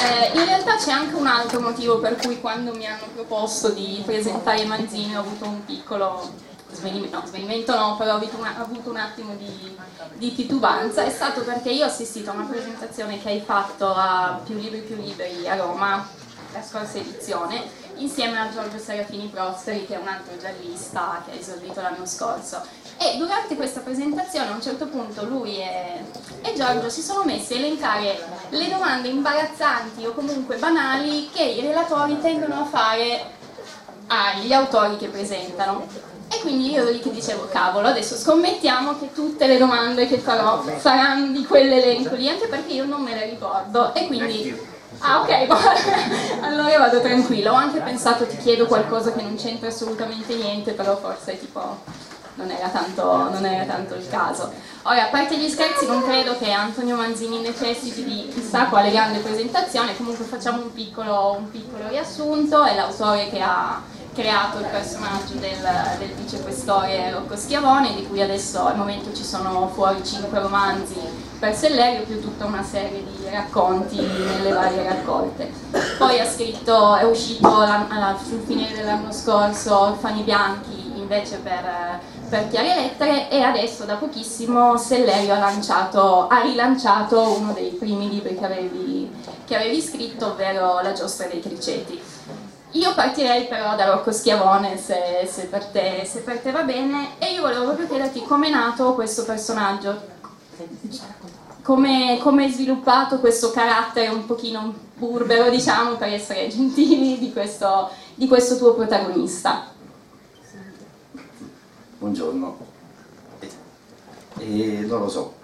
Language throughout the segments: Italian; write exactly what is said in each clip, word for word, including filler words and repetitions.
Eh, in realtà c'è anche un altro motivo per cui quando mi hanno proposto di presentare Manzini ho avuto un piccolo svenimento, no, svenimento no, però ho avuto, una, ho avuto un attimo di, di titubanza. È stato perché io ho assistito a una presentazione che hai fatto a Più Libri Più Liberi a Roma, la scorsa edizione, insieme a Giorgio Serafini Prosperi, che è un altro giallista che ha esordito l'anno scorso. E durante questa presentazione a un certo punto lui e, e Giorgio si sono messi a elencare le domande imbarazzanti o comunque banali che i relatori tendono a fare agli autori che presentano. E quindi io ero lì che dicevo, cavolo, adesso scommettiamo che tutte le domande che farò saranno di quell'elenco lì, anche perché io non me le ricordo, e quindi... Ah, ok, allora vado tranquilla. Ho anche pensato, ti chiedo qualcosa che non c'entra assolutamente niente, però forse tipo... Non era, tanto, non era tanto il caso. Ora, a parte gli scherzi, non credo che Antonio Manzini necessiti di chissà quale grande presentazione, comunque facciamo un piccolo, un piccolo riassunto. È l'autore che ha creato il personaggio del, del vicequestore Rocco Schiavone, di cui adesso al momento ci sono fuori cinque romanzi per Sellerio, più tutta una serie di racconti nelle varie raccolte. Poi ha scritto, è uscito alla, sul finire dell'anno scorso Orfani Bianchi, invece per... per Chiare Lettere, e adesso da pochissimo Sellerio ha, lanciato, ha rilanciato uno dei primi libri che avevi, che avevi scritto, ovvero La giostra dei criceti. Io partirei però da Rocco Schiavone, se, se, per te, se per te va bene, e io volevo proprio chiederti come è nato questo personaggio, come, come è sviluppato questo carattere un pochino burbero, diciamo, per essere gentili, di questo, di questo tuo protagonista. Buongiorno, e non lo so,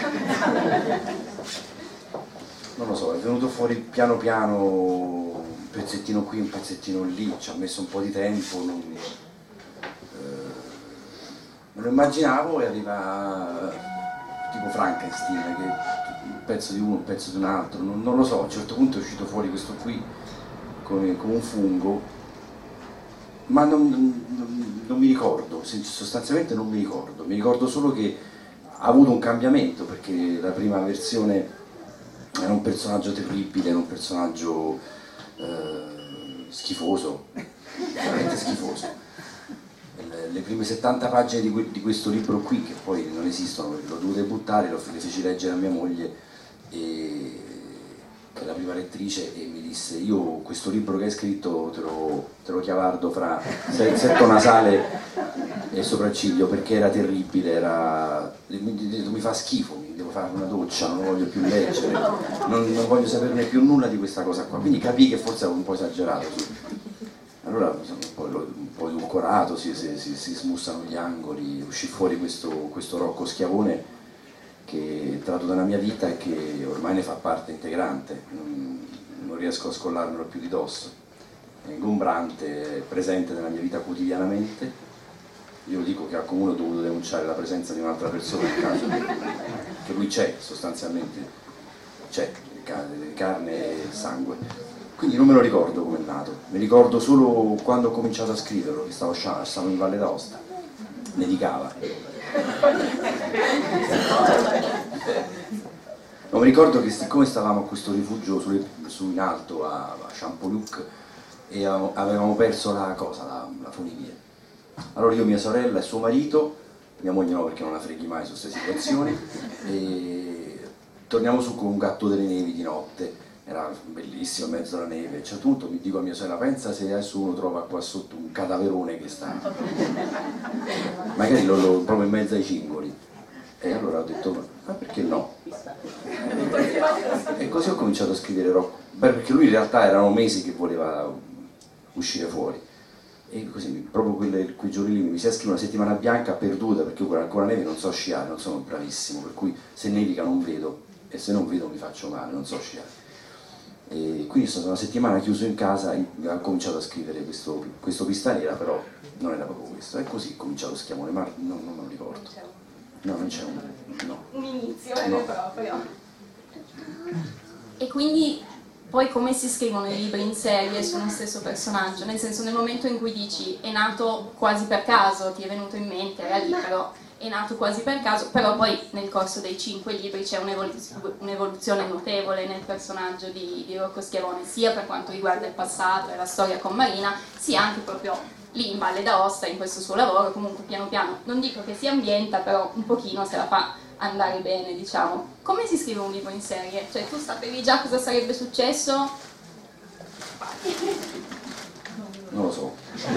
non lo so, è venuto fuori piano piano, un pezzettino qui, un pezzettino lì, ci ha messo un po' di tempo, non, eh, me lo immaginavo e arriva tipo Frankenstein, che un pezzo di uno, un pezzo di un altro, non, non lo so, a un certo punto è uscito fuori questo qui come, come un fungo. Ma non, non, non mi ricordo, sostanzialmente non mi ricordo, mi ricordo solo che ha avuto un cambiamento, perché la prima versione era un personaggio terribile, era un personaggio eh, schifoso, veramente schifoso. Le, le prime settanta pagine di, que, di questo libro qui, che poi non esistono perché l'ho dovute buttare, lo feci leggere a mia moglie, e, che è la prima lettrice, e mi disse: io questo libro che hai scritto te lo, te lo chiavardo fra setto nasale e sopracciglio, perché era terribile, era, mi, mi fa schifo, mi devo fare una doccia, non lo voglio più leggere, non, non voglio saperne più nulla di questa cosa qua. Quindi capii che forse avevo un po' esagerato, allora un po', un po' edulcorato, si, si, si, si smussano gli angoli, uscì fuori questo, questo Rocco Schiavone che è tratto dalla mia vita e che ormai ne fa parte integrante, non, non riesco a scollarmelo più di dosso, è ingombrante, è presente nella mia vita quotidianamente. Io dico che a comune ho dovuto denunciare la presenza di un'altra persona in casa, che lui c'è, sostanzialmente c'è, carne e sangue, quindi non me lo ricordo come è nato, mi ricordo solo quando ho cominciato a scriverlo, che stavo, stavo in Valle d'Aosta, nevicava. Non mi ricordo che siccome stavamo a questo rifugio su, su in alto a, a Champoluc e avevamo perso la cosa, la, la funivia. Allora io, mia sorella e suo marito, mia moglie no perché non la freghi mai su queste situazioni, e torniamo su con un gatto delle nevi di notte, era bellissimo in mezzo alla neve. A un certo punto mi dico a mia sorella: pensa se adesso uno trova qua sotto un cadaverone che sta magari lo, lo, proprio in mezzo ai cingoli. E allora ho detto: ma perché no? E così ho cominciato a scrivere Rocco. Beh, perché lui in realtà erano mesi che voleva uscire fuori, e così proprio quelle, quei giorni lì mi si è scritto una settimana bianca perduta, perché io con ancora neve non so sciare, non sono bravissimo, per cui se nevica non vedo, e se non vedo mi faccio male, non so sciare. E quindi sono stata una settimana chiuso in casa e ho cominciato a scrivere questo, questo Pista Nera, però non era proprio questo, e così ho cominciato Schiavone, ma non, non me lo ricordo. No, non c'è un, no. un inizio vero e proprio. E quindi poi come si scrivono i libri in serie su uno stesso personaggio? Nel senso, nel momento in cui dici è nato quasi per caso, ti è venuto in mente, era lì, però è nato quasi per caso, però poi nel corso dei cinque libri c'è un'evoluzione notevole nel personaggio di, di Rocco Schiavone, sia per quanto riguarda il passato e la storia con Marina, sia anche proprio lì in Valle d'Aosta, in questo suo lavoro. Comunque piano piano, non dico che si ambienta, però un pochino se la fa andare bene, diciamo. Come si scrive un libro in serie? Cioè, tu sapevi già cosa sarebbe successo? Non lo so.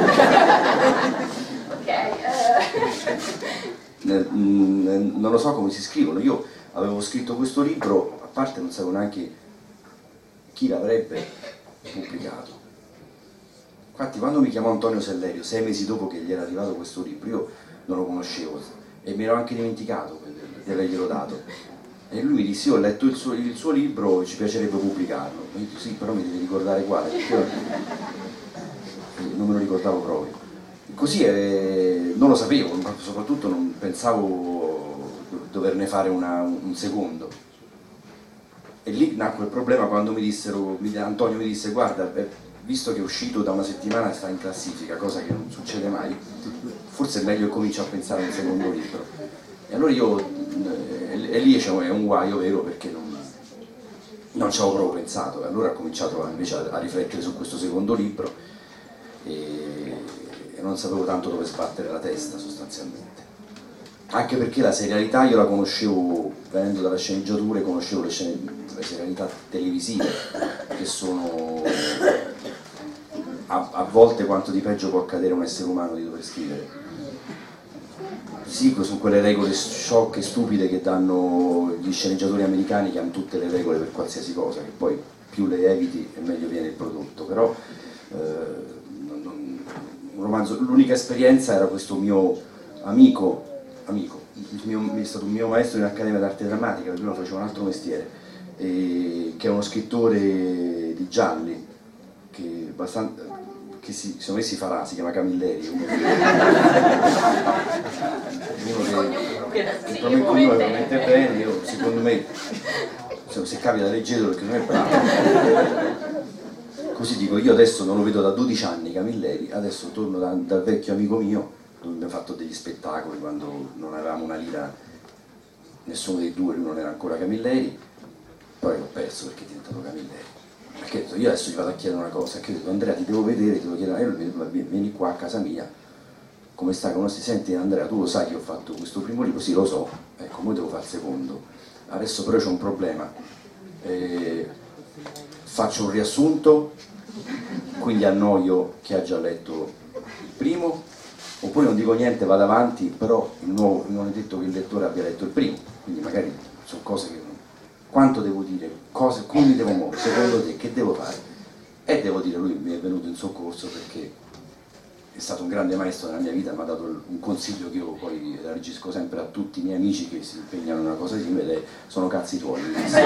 Ok. Eh. Non lo so come si scrivono. Io avevo scritto questo libro, a parte non sapevo neanche chi l'avrebbe pubblicato. Infatti quando mi chiamò Antonio Sellerio, sei mesi dopo che gli era arrivato questo libro, io non lo conoscevo e mi ero anche dimenticato di averglielo dato. E lui mi disse: io ho letto il suo, il suo libro, ci piacerebbe pubblicarlo. E io dico: sì, però mi devi ricordare quale, perché io non me lo ricordavo proprio. Così eh, non lo sapevo, ma soprattutto non pensavo doverne fare una, un secondo. E lì nacque il problema quando mi dissero, Antonio mi disse: guarda, visto che è uscito da una settimana e sta in classifica, cosa che non succede mai, forse è meglio che cominci a pensare a un secondo libro. E allora io, e lì è un guaio vero, perché non, non ci avevo proprio pensato, e allora ho cominciato invece a, a riflettere su questo secondo libro e, e non sapevo tanto dove sbattere la testa sostanzialmente. Anche perché la serialità io la conoscevo, venendo dalle sceneggiature, conoscevo le, scene, le serialità televisive, che sono a, a volte quanto di peggio può accadere a un essere umano di dover scrivere. Sì, sono quelle regole sciocche e stupide che danno gli sceneggiatori americani, che hanno tutte le regole per qualsiasi cosa, che poi più le eviti e meglio viene il prodotto. Però eh, non, non, un romanzo, l'unica esperienza era questo mio amico, amico, il mio, è stato un mio maestro in Accademia d'Arte Drammatica, prima faceva un altro mestiere, e, che è uno scrittore di gialli, che abbastanza... che si, secondo me si farà, si chiama Camilleri, uno che, uno che il nome cognome veramente bene. Io, secondo me, se, se capita leggetelo, perché non è bravo. Così dico, io adesso non lo vedo da dodici anni Camilleri, adesso torno da, dal vecchio amico mio, dove abbiamo fatto degli spettacoli quando non avevamo una lira, nessuno dei due, lui non era ancora Camilleri, poi l'ho perso perché è diventato Camilleri. Perché io adesso gli vado a chiedere una cosa, che io dico: Andrea, ti devo vedere, ti devo chiedere, io, vieni qua a casa mia, come stai, come si senti? Andrea, tu lo sai che ho fatto questo primo libro? Sì, lo so, ecco, ora devo fare il secondo, adesso però c'è un problema, eh, faccio un riassunto, quindi annoio chi ha già letto il primo, oppure non dico niente, vado avanti, però il nuovo, non è detto che il lettore abbia letto il primo, quindi magari sono cose che... Quanto devo dire? Cosa, come mi devo muovere? Secondo te che devo fare? E devo dire, lui mi è venuto in soccorso perché è stato un grande maestro nella mia vita, mi ha dato un consiglio che io poi reagisco sempre a tutti i miei amici che si impegnano in una cosa simile, ed è: sono cazzi tuoi.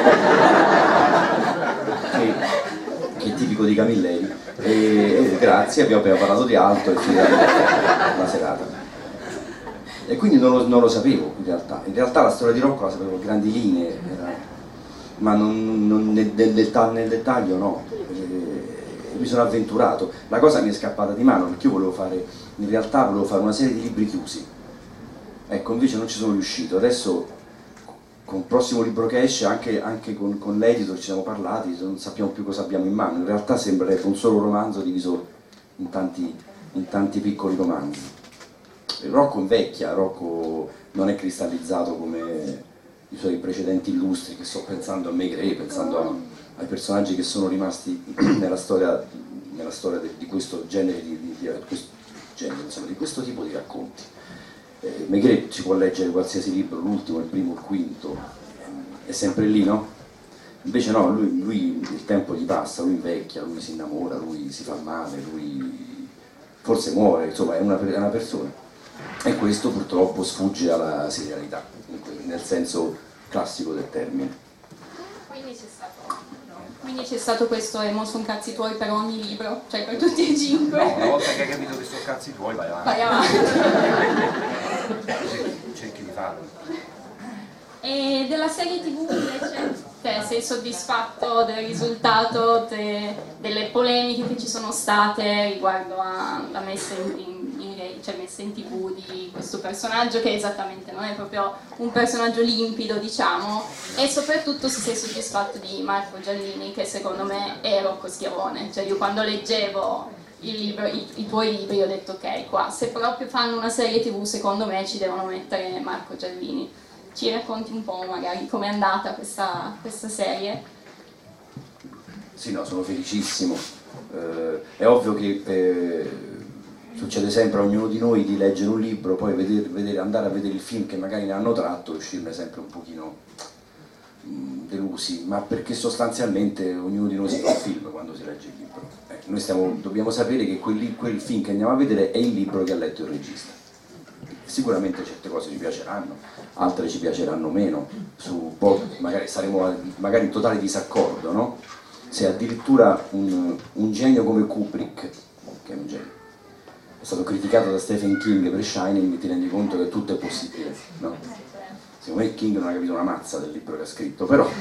che, che è tipico di Camilleri. E, e grazie, abbiamo appena parlato di altro e finita la serata. E quindi non lo, non lo sapevo in realtà. In realtà la storia di Rocco la sapevo a grandi linee, era, ma non, non nel, nel, nel dettaglio no, e mi sono avventurato. La cosa mi è scappata di mano perché io volevo fare, in realtà volevo fare una serie di libri chiusi, ecco, invece non ci sono riuscito. Adesso con il prossimo libro che esce, anche, anche con, con l'editor ci siamo parlati, non sappiamo più cosa abbiamo in mano, in realtà sembrerebbe un solo romanzo diviso in tanti, in tanti piccoli romanzi. Rocco invecchia, Rocco non è cristallizzato come i suoi precedenti illustri, che sto pensando a Maigret, pensando a, ai personaggi che sono rimasti nella storia, nella storia de, di questo genere di, di, di, questo genere, insomma, di questo tipo di racconti. Eh, Maigret si può leggere qualsiasi libro, l'ultimo, il primo, il quinto, è sempre lì, no? Invece no, lui, lui il tempo gli passa, lui invecchia, lui si innamora, lui si fa male, lui forse muore, insomma è una, è una persona. E questo purtroppo sfugge alla serialità, nel senso classico del termine. Quindi c'è stato, quindi c'è stato questo "e mo son cazzi tuoi" per ogni libro, cioè per tutti e cinque? No, una volta che hai capito che sono cazzi tuoi vai avanti. Vai avanti. Cerchi di farlo. E della serie tivù invece, te sei soddisfatto del risultato, de, delle polemiche che ci sono state riguardo alla messa in, in, in rete? c'è messa in tv di questo personaggio che esattamente non è proprio un personaggio limpido, diciamo, e soprattutto se sei soddisfatto di Marco Giallini, che secondo me è Rocco Schiavone. Cioè io quando leggevo il libro, i, i tuoi libri ho detto ok, qua se proprio fanno una serie tv secondo me ci devono mettere Marco Giallini. Ci racconti un po' magari com'è andata questa, questa serie? Sì, no, sono felicissimo. Eh, è ovvio che eh, succede sempre a ognuno di noi di leggere un libro, poi vedere, vedere, andare a vedere il film che magari ne hanno tratto e uscirne sempre un pochino mh, delusi, ma perché sostanzialmente ognuno di noi si fa un film quando si legge il libro. Eh, noi stiamo, dobbiamo sapere che quel, quel film che andiamo a vedere è il libro che ha letto il regista. Sicuramente certe cose ci piaceranno, altre ci piaceranno meno, su, magari saremo magari in totale disaccordo, no? Se addirittura un, un genio come Kubrick, che è un genio, è stato criticato da Stephen King per Shining, ti rendi conto che tutto è possibile, no? Secondo me King non ha capito una mazza del libro che ha scritto, però,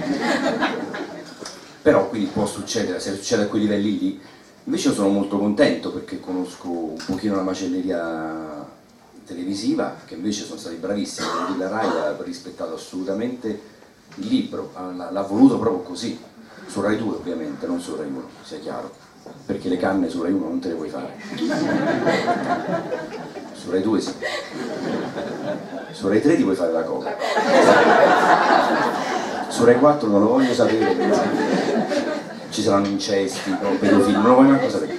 però quindi può succedere, se succede a quei livelli lì. Invece io sono molto contento perché conosco un pochino la macelleria televisiva, che invece sono stati bravissimi, quindi la Rai ha rispettato assolutamente il libro, l'ha voluto proprio così, su Rai due ovviamente, non su Rai uno, sia chiaro, perché le canne su Rai uno non te le puoi fare, su Rai due sì, su Rai tre ti puoi fare la coca, su Rai quattro non lo voglio sapere, ci saranno incesti, pedofili, non lo voglio neanche sapere,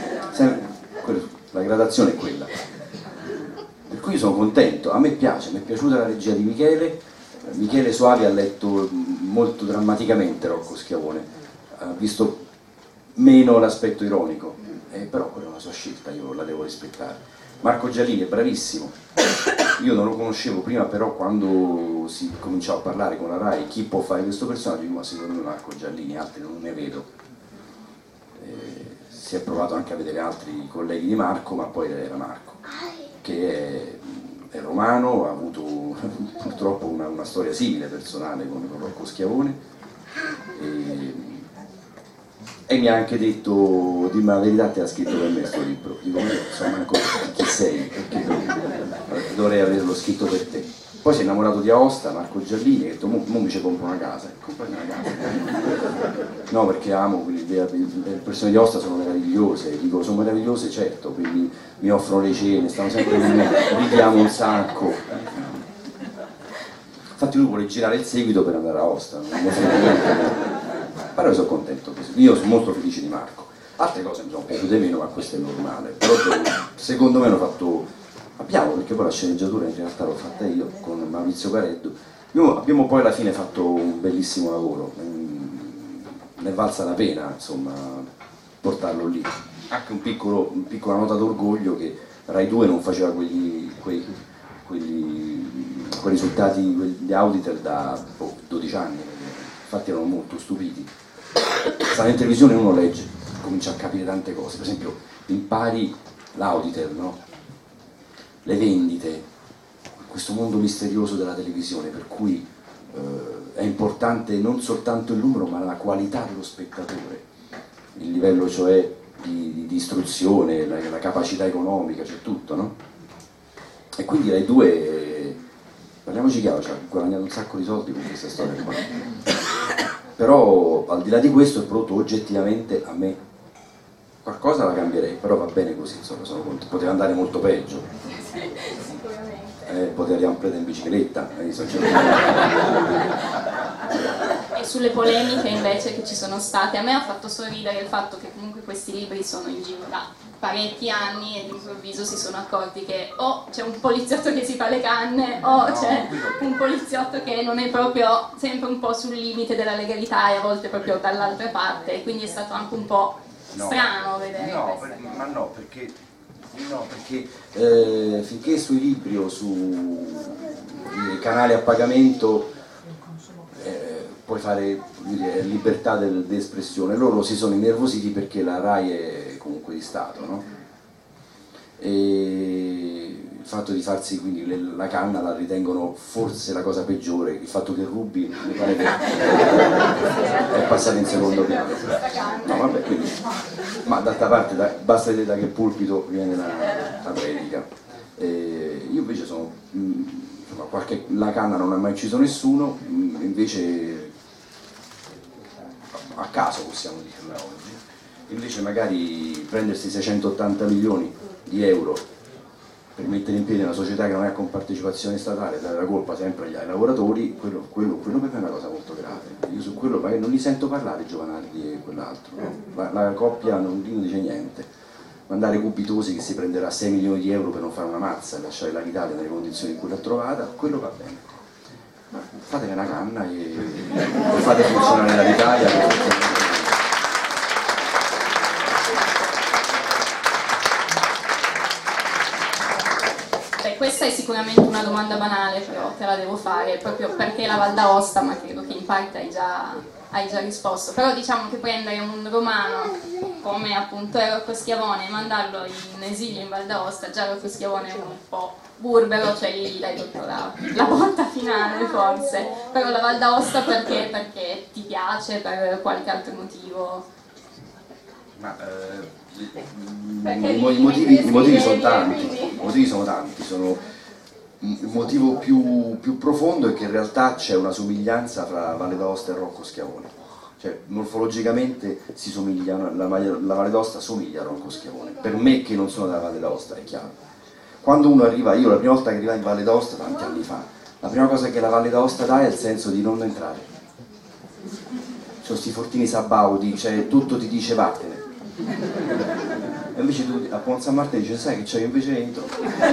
la gradazione è quella. Per cui sono contento, a me piace, mi è piaciuta la regia di Michele. Michele Soavi ha letto molto drammaticamente Rocco Schiavone, ha visto meno l'aspetto ironico, eh, però quella è una sua scelta, io la devo rispettare. Marco Giallini è bravissimo, io non lo conoscevo prima, però quando si cominciava a parlare con la Rai chi può fare questo personaggio, dico, ma secondo me Marco Giallini, altri non ne vedo. Eh, si è provato anche a vedere altri colleghi di Marco, ma poi era Marco, che è, è romano, ha avuto purtroppo una, una storia simile personale con, con Rocco Schiavone e, e mi ha anche detto, dimmi la verità, te l'ha scritto per me questo libro, dico, ma io non so manco chi sei, perché dovrei averlo scritto per te. Poi si è innamorato di Aosta, Marco Giallini, e ha detto, mo, mo mi ci compro una casa, comprati una casa. No, perché amo, quindi, le, le persone di Aosta sono meravigliose, dico, sono meravigliose certo, quindi mi offrono le cene, stanno sempre con me, ridiamo un sacco. Infatti lui vuole girare il seguito per andare a Aosta, non mi frega niente, però io sono contento così, io sono molto felice di Marco. Altre cose mi sono piaciute meno, ma questo è normale, però secondo me hanno fatto... Abbiamo, perché poi la sceneggiatura in realtà l'ho fatta io con Maurizio Careddu, abbiamo, abbiamo poi alla fine fatto un bellissimo lavoro, ne è valsa la pena insomma portarlo lì, anche un piccolo, una piccola nota d'orgoglio che Rai due non faceva quegli, quei, quegli, quei risultati, quegli Auditel da boh, dodici anni, infatti erano molto stupiti. Stando in televisione uno legge, comincia a capire tante cose, per esempio impari l'Auditel, no? Le vendite, questo mondo misterioso della televisione, per cui eh, è importante non soltanto il numero ma la qualità dello spettatore, il livello cioè di, di, di istruzione, la, la capacità economica, c'è tutto, no? E quindi Rai due, parliamoci chiaro, ci ha guadagnato un sacco di soldi con questa storia qua. Però al di là di questo il prodotto oggettivamente a me qualcosa la cambierei, però va bene così, insomma, sono, poteva andare molto peggio. Eh, poteva arrivare un prete in bicicletta. Eh, e sulle polemiche invece che ci sono state, a me ha fatto sorridere il fatto che comunque questi libri sono in giro da parecchi anni e d'improvviso si sono accorti che o c'è un poliziotto che si fa le canne o c'è un poliziotto che non è proprio sempre un po' sul limite della legalità e a volte proprio dall'altra parte, e quindi è stato anche un po' no, strano vedere no, per, ma no, perché, no, perché eh, finché sui libri o su canali a pagamento eh, puoi fare dire, libertà d'espressione, loro si sono innervositi perché la Rai è comunque di Stato, no? E il fatto di farsi quindi le, la canna la ritengono forse la cosa peggiore, il fatto che rubi mi pare che è passato in secondo piano. No vabbè, quindi, ma d'altra parte da, basta vedere da che pulpito viene la, la predica. Eh, io invece sono, mh, insomma, qualche, la canna non ha mai ucciso nessuno, mh, invece a caso possiamo dirla oggi, invece magari prendersi seicentottanta milioni di euro per mettere in piedi una società che non è con partecipazione statale, dare la colpa sempre agli, ai lavoratori, quello, quello, quello per me è una cosa molto grave. Io su quello magari non li sento parlare Giovanardi e quell'altro, no? la, la coppia non, non dice niente. Mandare Gubitosi che si prenderà sei milioni di euro per non fare una mazza e lasciare l'Italia nelle condizioni in cui l'ha trovata, quello va bene. Ma fatevi una canna e, e fate funzionare l'Italia. Questa è sicuramente una domanda banale, però te la devo fare, proprio perché la Val d'Aosta, ma credo che in parte hai già, hai già risposto. Però diciamo che prendere un romano come appunto Rocco Schiavone e mandarlo in esilio in Val d'Aosta, già Rocco Schiavone è un po' burbero, cioè lì l'hai detto la, la botta finale forse. Però la Val d'Aosta perché? Perché ti piace, per qualche altro motivo? Ma, eh... I, i, motivi, i motivi sono tanti, i motivi sono tanti, sono, il motivo più, più profondo è che in realtà c'è una somiglianza fra Valle d'Aosta e Rocco Schiavone, cioè morfologicamente si somigliano, la, la Valle d'Aosta somiglia a Rocco Schiavone, per me che non sono della Valle d'Aosta è chiaro. Quando uno arriva, io la prima volta che arrivai in Valle d'Aosta tanti anni fa, la prima cosa che la Valle d'Aosta dà è il senso di non entrare, sono questi fortini sabauti, cioè tutto ti dice vattene. E invece tu a Ponte San Martino dici sai che c'è, invece entro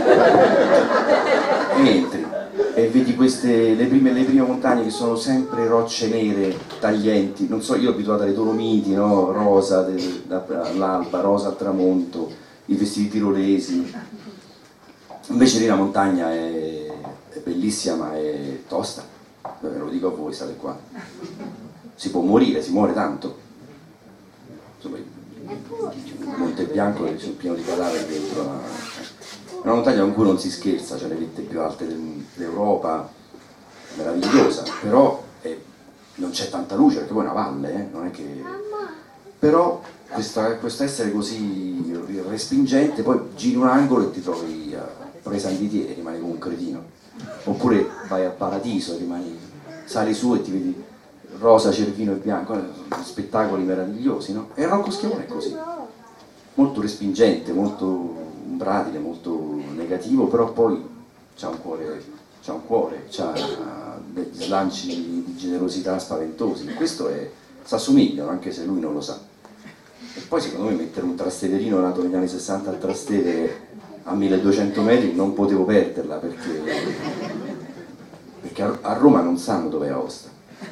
e entri e vedi queste le prime, le prime montagne che sono sempre rocce nere taglienti, non so, io ho abituato alle Dolomiti, no? Rosa all'alba, rosa al tramonto, i vestiti tirolesi, invece lì la montagna è, è bellissima ma è tosta, ve lo dico a voi, state qua, si può morire, si muore tanto. Insomma, Monte Bianco è pieno di cadaveri dentro la... è una montagna con cui non si scherza, c'è le vette più alte d'Europa, meravigliosa, però è... non c'è tanta luce perché poi è una valle, eh? Non è che... però questa, questo essere così respingente, poi giri un angolo e ti trovi a presa in San e rimani come un cretino, oppure vai al Paradiso e rimani, sali su e ti vedi rosa, cervino e bianco, spettacoli meravigliosi, no? E Rocco Schiavone è così, molto respingente, molto umbratile, molto negativo, però poi c'ha un cuore, c'ha un cuore, c'ha degli slanci di generosità spaventosi, questo è, si assomigliano anche se lui non lo sa. E poi secondo me mettere un trasteverino nato negli anni sessanta al Trastevere a milleduecento metri non potevo perderla, perché, perché a Roma non sanno dove è Aosta.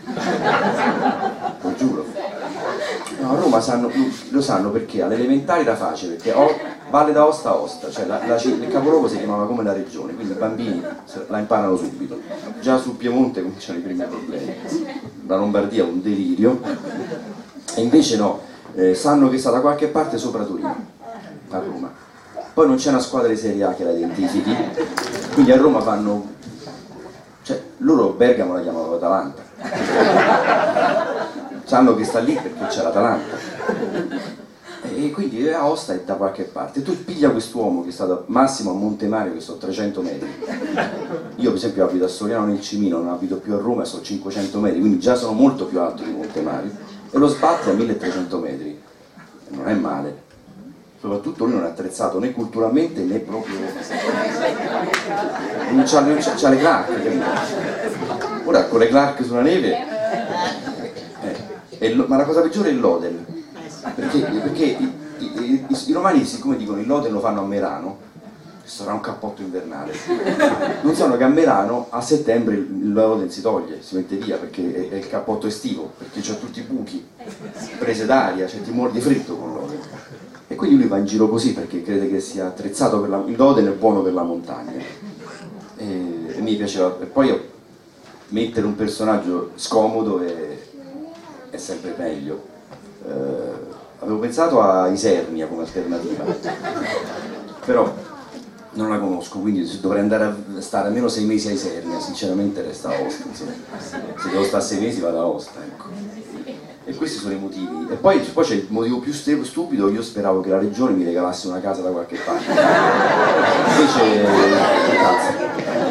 Lo giuro, no, a Roma sanno, lo sanno perché alle elementari era facile, perché o, Valle d'Aosta a Aosta, cioè la, la, il capoluogo si chiamava come la regione, quindi i bambini la imparano subito, già sul Piemonte cominciano i primi problemi, la Lombardia è un delirio, e invece no, eh, sanno che sta da qualche parte sopra Torino, a Roma, poi non c'è una squadra di Serie A che la identifichi, quindi a Roma fanno, cioè loro Bergamo la chiamavano Atalanta, sanno che sta lì perché c'è l'Atalanta e quindi Aosta è da qualche parte. Tu piglia quest'uomo che è stato massimo a Montemario, che sono trecento metri, io per esempio abito a Soriano nel Cimino, non abito più a Roma, sono cinquecento metri, quindi già sono molto più alto di Montemario, e lo sbatti a milletrecento metri, non è male, soprattutto lui non è attrezzato né culturalmente né proprio, non c'ha, non c'ha, c'ha le Clark, capito? Ora con le Clark sulla neve, eh, lo, ma la cosa peggiore è il Lodel, perché, perché i, i, i, i romani, siccome dicono il Lodel lo fanno a Merano, sarà un cappotto invernale, non sanno che a Merano a settembre il Lodel si toglie, si mette via perché è, è il cappotto estivo, perché c'ha tutti i buchi, prese d'aria, cioè ti muori di freddo con Lodel. E quindi lui va in giro così perché crede che sia attrezzato per la... il Lodel è buono per la montagna. E, e mi piaceva, e poi mettere un personaggio scomodo è, è sempre meglio. Eh, avevo pensato a Isernia come alternativa, però non la conosco, quindi dovrei andare a stare almeno sei mesi a Isernia, sinceramente resta a Aosta, insomma. Se devo stare sei mesi vado a Aosta, ecco. E questi sono i motivi. E poi, poi c'è il motivo più stupido: io speravo che la regione mi regalasse una casa da qualche parte. Invece, grazie.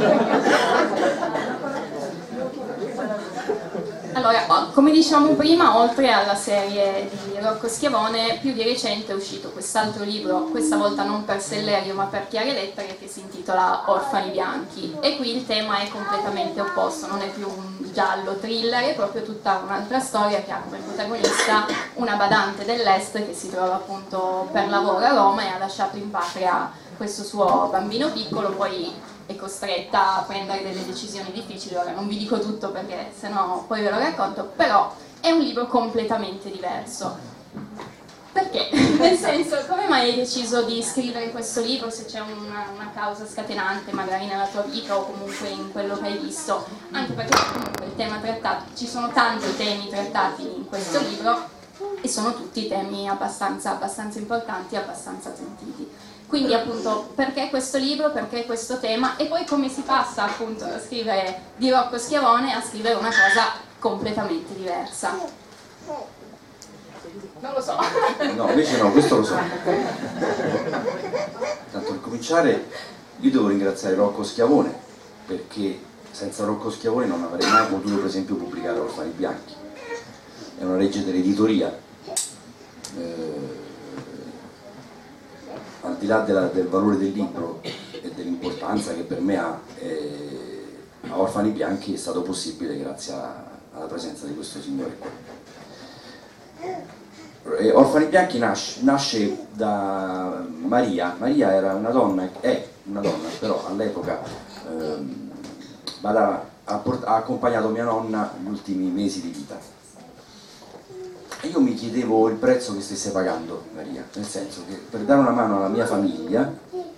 Allora, come dicevamo prima, oltre alla serie di Rocco Schiavone, più di recente è uscito quest'altro libro, questa volta non per Sellerio ma per Chiare Lettere, che si intitola Orfani Bianchi. E qui il tema è completamente opposto, non è più un giallo thriller, è proprio tutta un'altra storia che ha come protagonista una badante dell'est che si trova appunto per lavoro a Roma e ha lasciato in patria questo suo bambino piccolo, poi è costretta a prendere delle decisioni difficili. Ora non vi dico tutto perché sennò poi ve lo racconto, però è un libro completamente diverso. Perché? Nel senso, come mai hai deciso di scrivere questo libro, se c'è una, una causa scatenante magari nella tua vita o comunque in quello che hai visto? Anche perché comunque il tema trattato, ci sono tanti temi trattati in questo libro e sono tutti temi abbastanza, abbastanza importanti e abbastanza sentiti. Quindi appunto, perché questo libro, perché questo tema, e poi come si passa appunto da scrivere di Rocco Schiavone a scrivere una cosa completamente diversa? Non lo so. No, invece no, questo lo so. Tanto per cominciare, io devo ringraziare Rocco Schiavone, perché senza Rocco Schiavone non avrei mai potuto per esempio pubblicare Orfani Bianchi. È una legge dell'editoria. Eh, al di là della, del valore del libro e dell'importanza che per me ha, eh, a Orfani Bianchi è stato possibile grazie a, alla presenza di questo signore qua. E Orfani Bianchi nasce, nasce da Maria. Maria era una donna, è una donna, però all'epoca ehm, ha, ha accompagnato mia nonna gli ultimi mesi di vita. E io mi chiedevo il prezzo che stesse pagando Maria, nel senso che per dare una mano alla mia famiglia,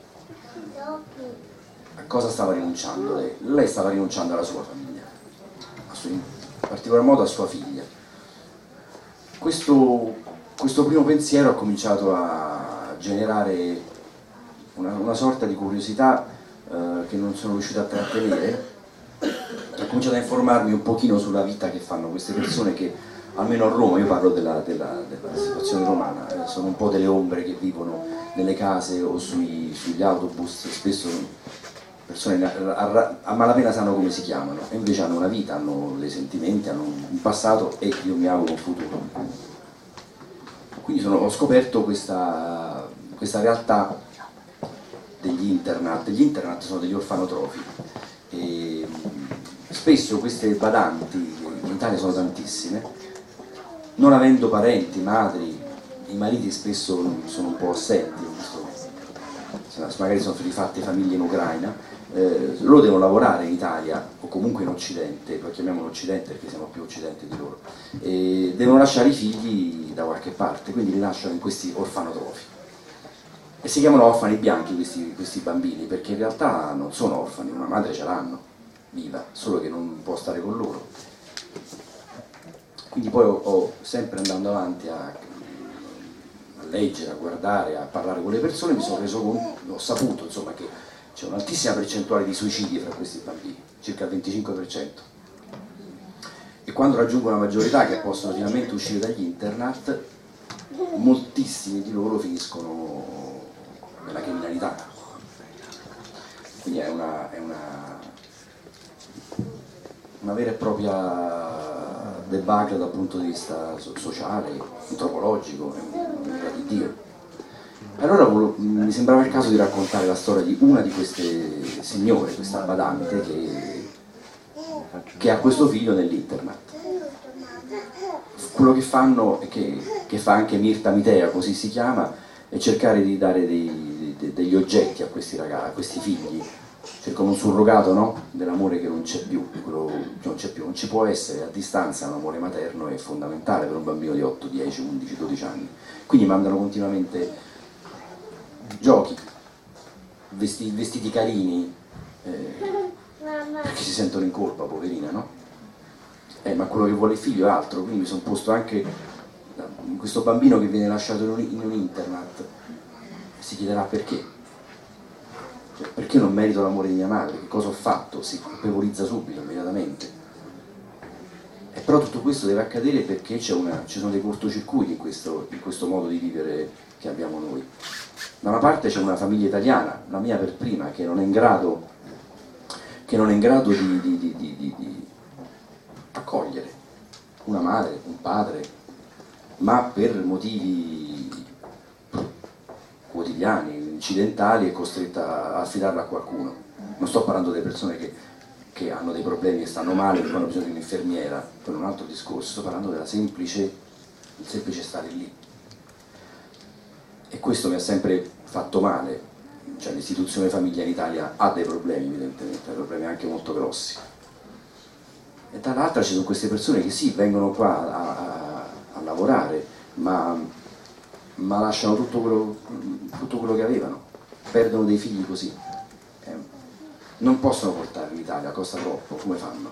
a cosa stava rinunciando lei? Lei stava rinunciando alla sua famiglia, a sua, in particolar modo a sua figlia. Questo, questo primo pensiero ha cominciato a generare una, una sorta di curiosità eh, che non sono riuscito a trattenere. Ho cominciato a informarmi un pochino sulla vita che fanno queste persone che, almeno a Roma, io parlo della, della, della situazione romana, sono un po' delle ombre che vivono nelle case o sui, sugli autobus, spesso persone a, a malapena sanno come si chiamano e invece hanno una vita, hanno dei sentimenti, hanno un passato e io mi auguro un futuro. Quindi sono, ho scoperto questa, questa realtà degli internat. Gli internat sono degli orfanotrofi e spesso queste badanti, in Italia sono tantissime, non avendo parenti, madri, i mariti spesso sono un po' assenti, magari sono rifatte famiglie in Ucraina, eh, loro devono lavorare in Italia o comunque in Occidente, lo chiamiamo l'Occidente perché siamo più Occidente di loro, e devono lasciare i figli da qualche parte, quindi li lasciano in questi orfanotrofi. E si chiamano orfani bianchi questi, questi bambini, perché in realtà non sono orfani, una madre ce l'hanno, viva, solo che non può stare con loro. Quindi poi ho, ho sempre andando avanti a, a leggere, a guardare, a parlare con le persone, mi sono reso conto, ho saputo insomma che c'è un'altissima percentuale di suicidi fra questi bambini, circa il venticinque per cento. E quando raggiungono la maggiore età, che possono finalmente uscire dagli internat, moltissimi di loro finiscono nella criminalità. Quindi è una, è una, una vera e propria debacle dal punto di vista sociale, antropologico, un'ira di Dio. Allora mi sembrava il caso di raccontare la storia di una di queste signore, questa badante, che, che ha questo figlio nell'internat. Quello che fanno, che, che fa anche Mirta Mitea, così si chiama, è cercare di dare dei, dei, degli oggetti a questi ragazzi, a questi figli, cercano un surrogato, no? Dell'amore che non c'è più, quello non c'è più, non ci può essere, a distanza un amore materno è fondamentale per un bambino di otto, dieci, undici, dodici anni. Quindi mandano continuamente giochi, vestiti, vestiti carini, eh, perché si sentono in colpa, poverina, no? Eh, ma quello che vuole il figlio è altro, quindi mi sono posto anche questo bambino che viene lasciato in un internat, si chiederà perché. Cioè, perché non merito l'amore di mia madre? Che cosa ho fatto? Si colpevolizza subito, immediatamente. E Però tutto questo deve accadere perché c'è una, ci sono dei cortocircuiti in questo, in questo modo di vivere che abbiamo noi. Da una parte c'è una famiglia italiana, la mia per prima, che non è in grado, che non è in grado di, di, di, di, di, di accogliere una madre, un padre, ma per motivi quotidiani, incidentali, è costretta a affidarla a qualcuno. Non sto parlando delle persone che, che hanno dei problemi, che stanno male, che hanno bisogno di un'infermiera, quello è un altro discorso, sto parlando della semplice, del semplice stare lì. E questo mi ha sempre fatto male, cioè l'istituzione famiglia in Italia ha dei problemi evidentemente, ha problemi anche molto grossi. E dall'altra ci sono queste persone che sì, vengono qua a, a, a lavorare, ma, ma lasciano tutto quello, tutto quello che avevano, perdono dei figli così. Eh, non possono portare in Italia, costa troppo, come fanno?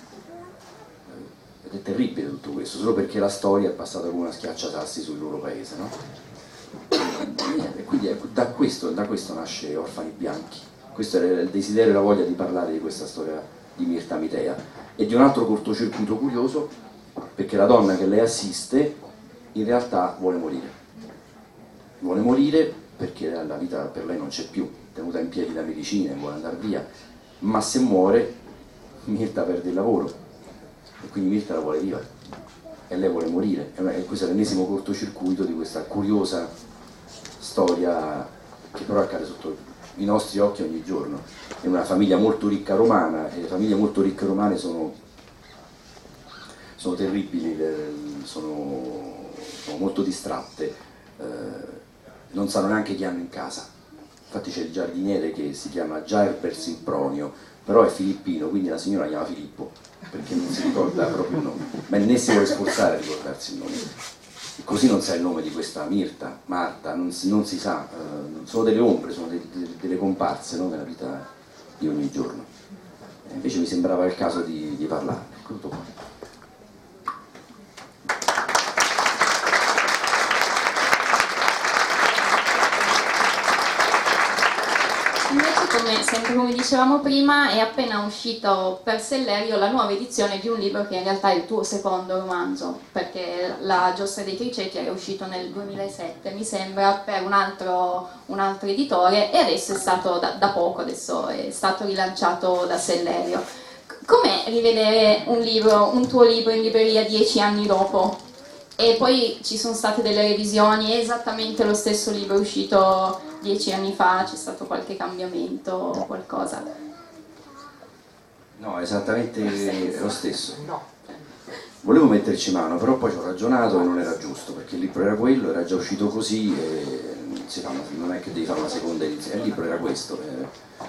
Ed è terribile tutto questo, solo perché la storia è passata come una schiacciasassi sul loro paese, no? E quindi da questo, da questo nasce Orfani Bianchi. Questo era il desiderio e la voglia di parlare di questa storia di Mirta Mitea e di un altro cortocircuito curioso, perché la donna che lei assiste in realtà vuole morire vuole morire perché la vita per lei non c'è più, tenuta in piedi da medicine, vuole andare via, ma se muore Mirta perde il lavoro e quindi Mirta la vuole viva e lei vuole morire. E questo è l'ennesimo cortocircuito di questa curiosa storia che però accade sotto i nostri occhi ogni giorno. È una famiglia molto ricca romana e le famiglie molto ricche romane sono, sono terribili, sono, sono molto distratte, eh, non sanno neanche chi hanno in casa. Infatti c'è il giardiniere che si chiama Gerber Simpronio, però è filippino, quindi la signora chiama Filippo perché non si ricorda proprio il nome, ma né si vuole sforzare a ricordarsi il nome. Così non sa il nome di questa Mirta, Marta, non si, non si sa, eh, sono delle ombre, sono de, de, delle comparse, no, nella vita di ogni giorno. E invece mi sembrava il caso di, di parlarne. Tutto qua. Come, sempre come dicevamo prima, è appena uscito per Sellerio la nuova edizione di un libro che in realtà è il tuo secondo romanzo, perché La giostra dei criceti era uscito nel duemilasette, mi sembra, per un altro, un altro editore, e adesso è stato da, da poco, adesso è stato rilanciato da Sellerio. Com'è rivedere un libro, un tuo libro in libreria dieci anni dopo? E poi ci sono state delle revisioni, è esattamente lo stesso libro uscito dieci anni fa, c'è stato qualche cambiamento o qualcosa? No, esattamente lo stesso. Volevo metterci mano, però poi ci ho ragionato e non era giusto, perché il libro era quello, era già uscito così, e si fa una, non è che devi fare una seconda edizione, il libro era questo. E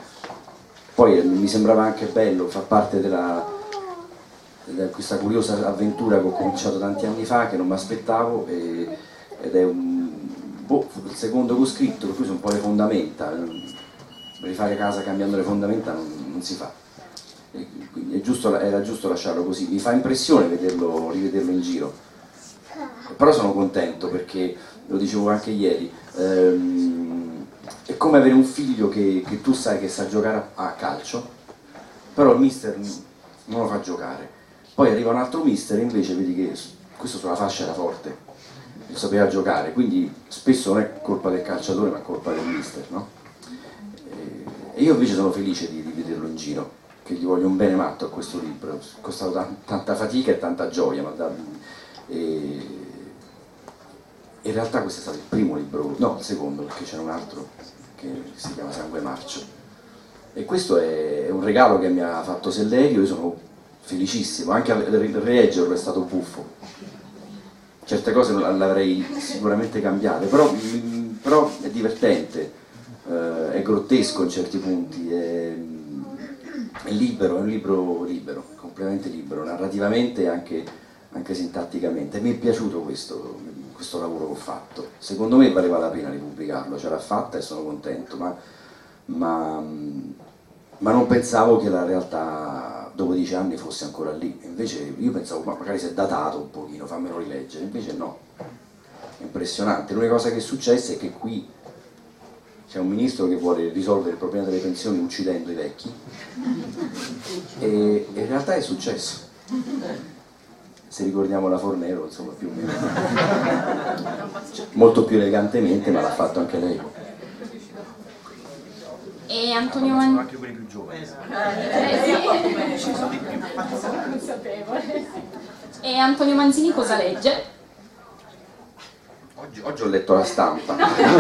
poi mi sembrava anche bello, fa parte della... questa curiosa avventura che ho cominciato tanti anni fa, che non mi aspettavo, e, ed è un, boh, il secondo che ho scritto, per cui sono un po' le fondamenta, rifare casa cambiando le fondamenta non, non si fa, e quindi è giusto, era giusto lasciarlo così. Mi fa impressione vederlo, rivederlo in giro, però sono contento perché, lo dicevo anche ieri, ehm, è come avere un figlio che, che tu sai che sa giocare a, a calcio, però il mister non lo fa giocare. Poi arriva un altro mister e invece vedi che questo sulla fascia era forte, sapeva giocare, quindi spesso non è colpa del calciatore ma è colpa del mister, no? E io invece sono felice di, di vederlo in giro, che gli voglio un bene matto a questo libro, è costato tanta fatica e tanta gioia, ma da, e, in realtà questo è stato il primo libro, no, il secondo, perché c'era un altro che si chiama Sangue Marcio, e questo è, è un regalo che mi ha fatto Sellerio. Io sono felicissimo, anche a rileggerlo è stato buffo, certe cose l'avrei sicuramente cambiate, però, però è divertente, eh, è grottesco in certi punti, è, è libero, è un libro libero, completamente libero, narrativamente e anche, anche sintatticamente. Mi è piaciuto questo, questo lavoro che ho fatto, secondo me valeva la pena di pubblicarlo, ce l'ha fatta e sono contento, ma, ma, ma non pensavo che la realtà dopo dieci anni fosse ancora lì. Invece io pensavo, ma magari si è datato un pochino, fammelo rileggere, invece no, è impressionante. L'unica cosa che è successa è che qui c'è un ministro che vuole risolvere il problema delle pensioni uccidendo i vecchi, e, e in realtà è successo. se ricordiamo la Fornero, insomma, più o meno. Molto più elegantemente, ma l'ha fatto anche lei. E Antonio Sono Manzini... anche quelli più giovani. Eh, sì. E Antonio Manzini cosa legge? Oggi, oggi ho letto La Stampa.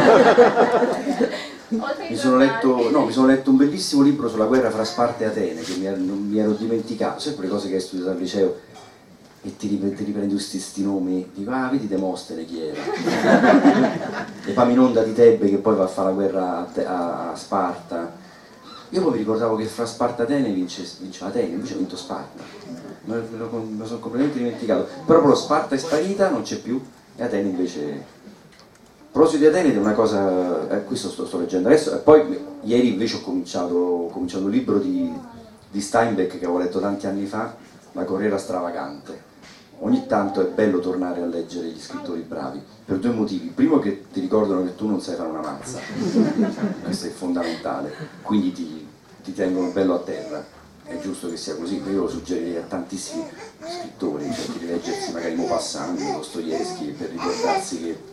Mi sono, letto, no, mi sono letto un bellissimo libro sulla guerra fra Sparta e Atene, che mi, non mi ero dimenticato, sempre le cose che hai studiato al liceo, e ti, ti riprendi questi nomi, dico, ah, vedi Demostene chi era, Epaminonda di Tebbe che poi va a fare la guerra a, a, a Sparta. Io poi mi ricordavo che fra Sparta e Atene vince, vince Atene, invece ha vinto Sparta, me lo, me lo sono completamente dimenticato, però proprio Sparta è sparita, non c'è più, e Atene invece... A proposito di Atene è una cosa, eh, questo sto, sto leggendo adesso, e poi ieri invece ho cominciato, ho cominciato un libro di, di Steinbeck che avevo letto tanti anni fa, La Corriera Stravagante. Ogni tanto è bello tornare a leggere gli scrittori bravi, per due motivi. Primo, che ti ricordano che tu non sai fare una mazza, questo è fondamentale, quindi ti, ti tengono bello a terra, è giusto che sia così. Io lo suggerirei a tantissimi scrittori, cioè di rileggersi magari Maupassant, Dostoevskij, per ricordarsi che...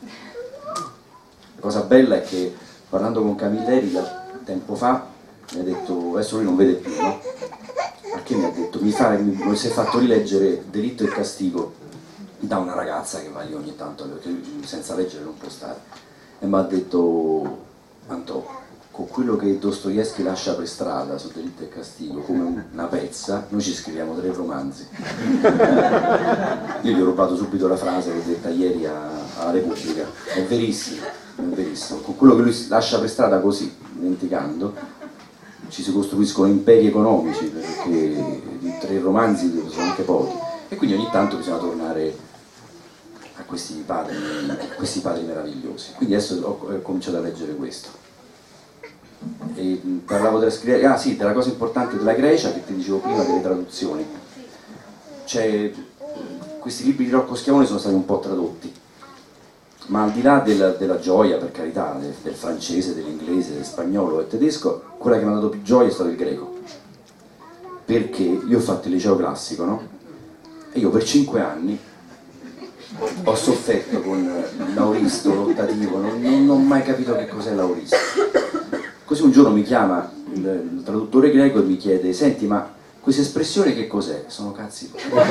La cosa bella è che parlando con Camilleri tempo fa mi ha detto, adesso lui non vede più, no? Perché mi ha detto, mi, fa, mi, mi si è fatto rileggere Delitto e Castigo da una ragazza che va lì ogni tanto, perché lui senza leggere non può stare, e mi ha detto, Antò, con quello che Dostoevskij lascia per strada su Delitto e Castigo come una pezza, noi ci scriviamo tre romanzi. Io gli ho rubato subito la frase che ho detta ieri alla Repubblica, è verissimo, è verissimo, con quello che lui lascia per strada così, dimenticando, ci si costruiscono imperi economici, perché di tre romanzi sono anche pochi, e quindi ogni tanto bisogna tornare a questi padri, a questi padri meravigliosi. Quindi adesso ho, ho cominciato a leggere questo. E parlavo della, ah, sì, della cosa importante della Grecia, che ti dicevo prima, delle traduzioni. Cioè, questi libri di Rocco Schiavone sono stati un po' tradotti, ma al di là della, della gioia, per carità, del, del francese, dell'inglese, del spagnolo e tedesco, quella che mi ha dato più gioia è stato il greco, perché io ho fatto il liceo classico, no? E io per cinque anni ho sofferto con l'auristo, l'ottativo, non, non, non ho mai capito che cos'è l'auristo. Così un giorno mi chiama il, il traduttore greco e mi chiede, senti, ma questa espressione che cos'è? Sono cazzi.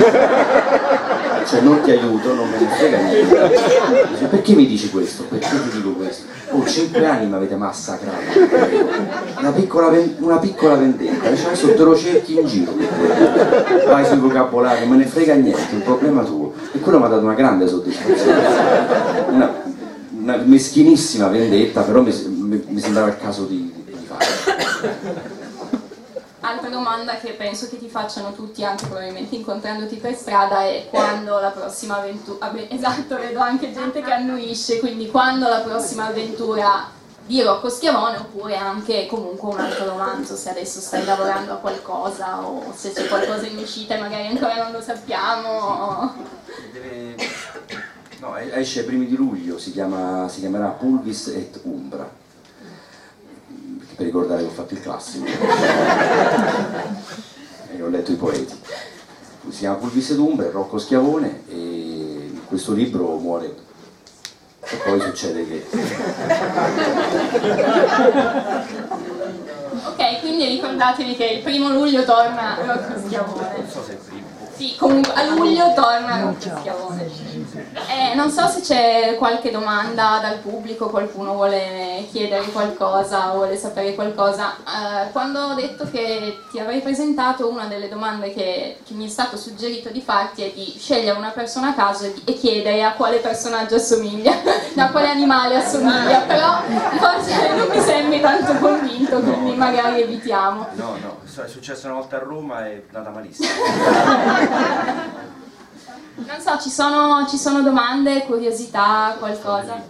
Cioè non ti aiuto, non me ne frega niente. Dice, perché mi dici questo? Perché ti dico questo? Oh, cinque anni mi avete massacrato. Una piccola, una piccola vendetta, dice, adesso te lo cerchi in giro. Vai sui vocabolari, non me ne frega niente, è un problema tuo. E quello mi ha dato una grande soddisfazione. Una, una meschinissima vendetta, però mi, mi, mi sembrava il caso di, di, di fare. Altra domanda che penso che ti facciano tutti, anche probabilmente incontrandoti per strada, è quando la prossima avventura... Esatto, vedo anche gente che annuisce, quindi quando la prossima avventura di Rocco Schiavone, oppure anche comunque un altro romanzo, se adesso stai lavorando a qualcosa o se c'è qualcosa in uscita e magari ancora non lo sappiamo. Deve... No, esce ai primi di luglio, si, chiama, si chiamerà Pulvis et Umbra, per ricordare che ho fatto il classico e ho letto i poeti. Si chiama Pulvis et Umbra, è Rocco Schiavone, e in questo libro muore e poi succede che... Ok, quindi ricordatevi che il primo luglio torna Rocco Schiavone. Non so se è il primo. Sì, comunque a luglio torna Rocco Schiavone. Eh, non so se c'è qualche domanda dal pubblico, qualcuno vuole chiedere qualcosa, vuole sapere qualcosa. Eh, quando ho detto che ti avrei presentato, una delle domande che, che mi è stato suggerito di farti è di scegliere una persona a caso e, di, e chiedere a quale personaggio assomiglia, a quale animale assomiglia, però forse non mi sembri tanto convinto, quindi magari evitiamo. No, no, è successo una volta a Roma e è andata malissimo. Non so, ci sono, ci sono domande, curiosità, qualcosa?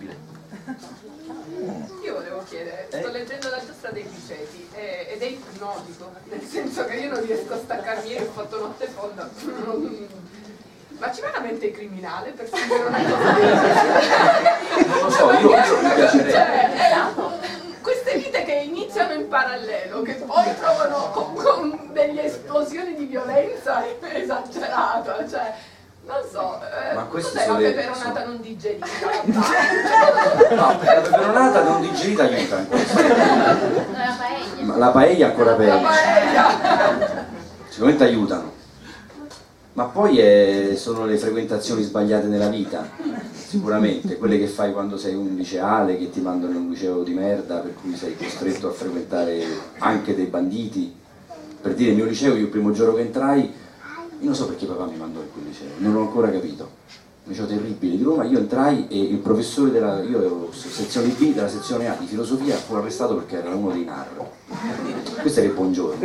Io volevo chiedere, sto leggendo La giostra dei Criceti eh, ed è ipnotico, nel senso che io non riesco a staccarmi, ieri ho fatto notte fonda. Ma c'è veramente il criminale per scrivere una cosa del genere? Non lo so, io, io mi piacerebbe. Cioè, queste vite che iniziano in parallelo, che poi trovano con, con delle esplosioni di violenza esagerata, cioè Non so, eh, Ma queste cos'è la sono le- peperonata sono- non digerita? No, la peperonata non digerita aiuta in questo. La paella. Ma la paella ancora La peggio. paella! Sicuramente aiutano. Ma poi è- sono le frequentazioni sbagliate nella vita, sicuramente, quelle che fai quando sei un liceale, che ti mandano in un liceo di merda, per cui sei costretto a frequentare anche dei banditi. Per dire, il mio liceo, io il primo giorno che entrai, io non so perché papà mi mandò in quel liceo, non l'ho ancora capito. Un liceo terribile di Roma, io entrai e il professore della, io ero sezione B della sezione A di filosofia, fu arrestato perché era uno dei nar. Questo era il buongiorno.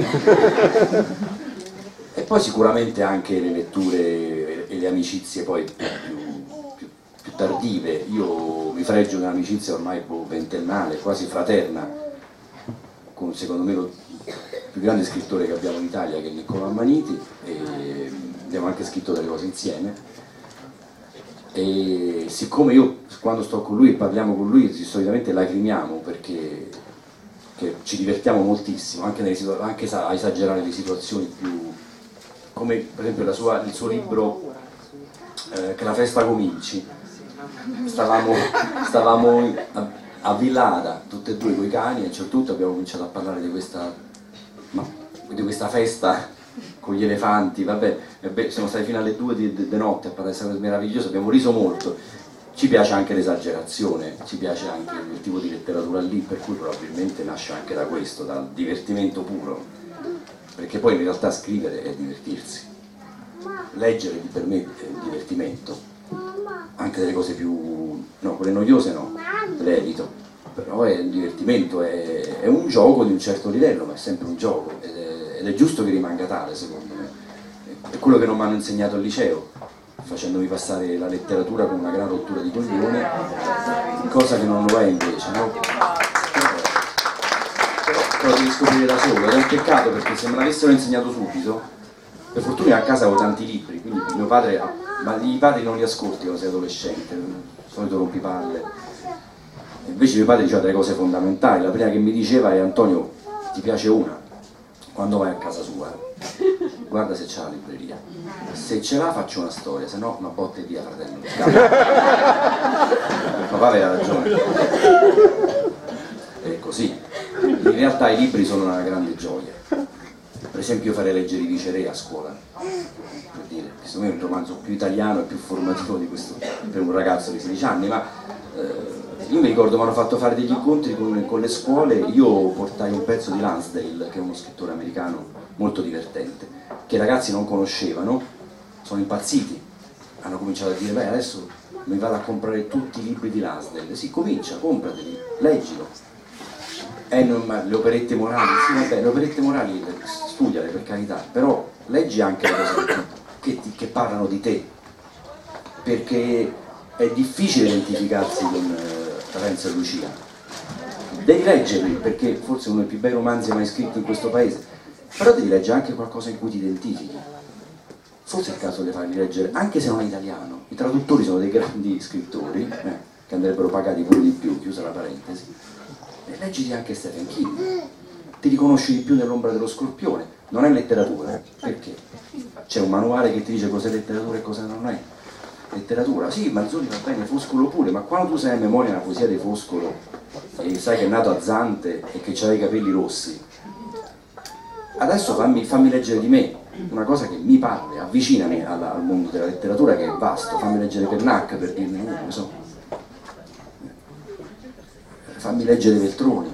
E poi sicuramente anche le letture e le amicizie poi più, più, più tardive. Io mi fregio di un'amicizia ormai boh, ventennale, quasi fraterna, con secondo me lo più grande scrittore che abbiamo in Italia, che è Niccolò Ammaniti, e abbiamo anche scritto delle cose insieme. E siccome io quando sto con lui e parliamo con lui solitamente lacrimiamo perché che ci divertiamo moltissimo, anche, nelle situa- anche a esagerare le situazioni più, come per esempio la sua, il suo libro eh, Che la festa cominci. Stavamo, stavamo a, a Villada, tutte e due coi cani, e a un certo punto abbiamo cominciato a parlare di questa, ma, di questa festa con gli elefanti, vabbè, e beh, siamo stati fino alle due di, di, di notte a parlare di questa cosa meravigliosa, abbiamo riso molto. Ci piace anche l'esagerazione, ci piace anche quel tipo di letteratura lì, per cui probabilmente nasce anche da questo, dal divertimento puro, perché poi in realtà scrivere è divertirsi, leggere per me è divertimento, anche delle cose più, no, quelle noiose no, le evito, però è un divertimento, è, è un gioco di un certo livello, ma è sempre un gioco, ed è, ed è giusto che rimanga tale secondo me, è quello che non mi hanno insegnato al liceo, facendomi passare la letteratura con una gran rottura di coglione, cosa che non lo è invece, no? Però, però lo devi scoprire da solo, ed è un peccato perché se me l'avessero insegnato subito, per fortuna a casa avevo tanti libri, quindi mio padre, ma i padri non li ascolti quando sei adolescente, il solito rompipalle. E invece mio padre diceva delle cose fondamentali, la prima che mi diceva è: Antonio, ti piace una? Quando vai a casa sua, guarda se c'è la libreria, se ce l'ha faccio una storia, se no una botte via, fratello. Papà aveva ragione, è così. In realtà i libri sono una grande gioia. Per esempio io farei leggere i Viceré a scuola, per dire, che secondo me è il romanzo più italiano e più formativo di questo, per un ragazzo di sedici anni, ma eh, io mi ricordo mi hanno fatto fare degli incontri con, con le scuole, io portai un pezzo di Lansdale, che è uno scrittore americano molto divertente, che i ragazzi non conoscevano, sono impazziti, hanno cominciato a dire: beh, adesso mi vado a comprare tutti i libri di Lansdale. Sì, comincia, comprateli, leggilo. Eh, non, ma le operette morali, sì vabbè, le operette morali studiale per carità, però leggi anche le cose che, che, ti, che parlano di te, perché è difficile identificarsi con eh, Renzo e Lucia. Devi leggerli, perché forse uno dei più bei romanzi mai scritti in questo paese, però devi leggere anche qualcosa in cui ti identifichi. Forse è il caso di farli leggere, anche se non è italiano. I traduttori sono dei grandi scrittori, eh, che andrebbero pagati pure di più, chiusa la parentesi. E leggiti anche Stephen King, ti riconosci di più nell'ombra dello scorpione. Non è letteratura, perché? C'è un manuale che ti dice cos'è letteratura e cosa non è. Letteratura, sì, Manzoni va bene, Foscolo pure, ma quando tu sai a memoria una poesia di Foscolo e sai che è nato a Zante e che ha i capelli rossi, adesso fammi, fammi leggere di me una cosa che mi parli, avvicinami alla, al mondo della letteratura che è vasto, fammi leggere Pernacca per dirmi, non lo so, fammi leggere Veltroni.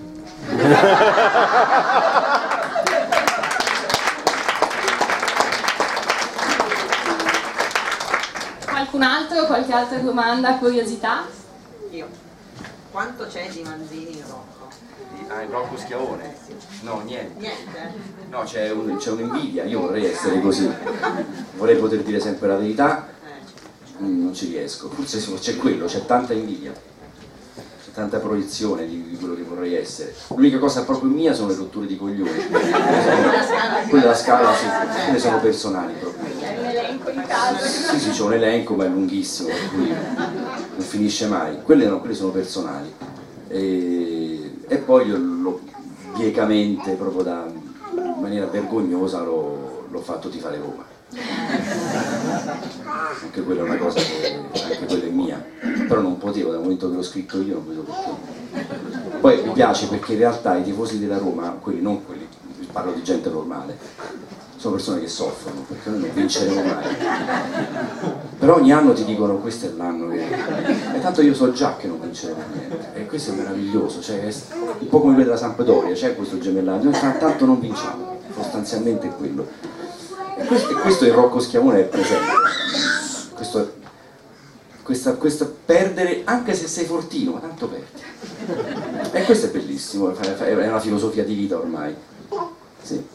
Qualcun altro? Qualche altra domanda, curiosità? Io. Quanto c'è di Manzini in Rocco? Ah, il Rocco Schiavone? No, niente. Niente? No, c'è un, c'è un'invidia, io vorrei essere così, vorrei poter dire sempre la verità, non ci riesco, forse c'è quello, c'è tanta invidia, c'è tanta proiezione di, di quello che vorrei essere. L'unica cosa proprio mia sono le rotture di coglioni, quelle della scala, sì, quelle sono personali proprio. L'elenco in casa. Sì, sì, c'è un elenco ma è lunghissimo, per cui non finisce mai, quelle, no, quelle sono personali. E, e poi io l'ho biecamente, proprio da, in maniera vergognosa, l'ho, l'ho fatto tifare Roma. Anche quella è una cosa che anche quella è mia, però non potevo, dal momento che l'ho scritto io non vedo perché. Poi mi piace perché in realtà i tifosi della Roma, quelli non quelli, parlo di gente normale, sono persone che soffrono perché noi non vinceremo mai. Però ogni anno ti dicono questo è l'anno che... E tanto io so già che non vinceremo niente. E questo è meraviglioso, cioè è un po' come quella Sampdoria, c'è questo gemellaggio, noi tanto non vinciamo, sostanzialmente è quello. E questo, e questo il Rocco Schiavone è presente. Questo, questa, questa perdere, anche se sei fortino, ma tanto perdi. E questo è bellissimo, è una filosofia di vita ormai. Sì.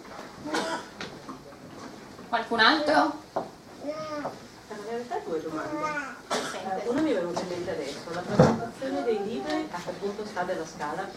Qualcun altro? In realtà due domande. Eh, una mi è venuta in mente adesso, la presentazione dei libri a che punto sta della scala?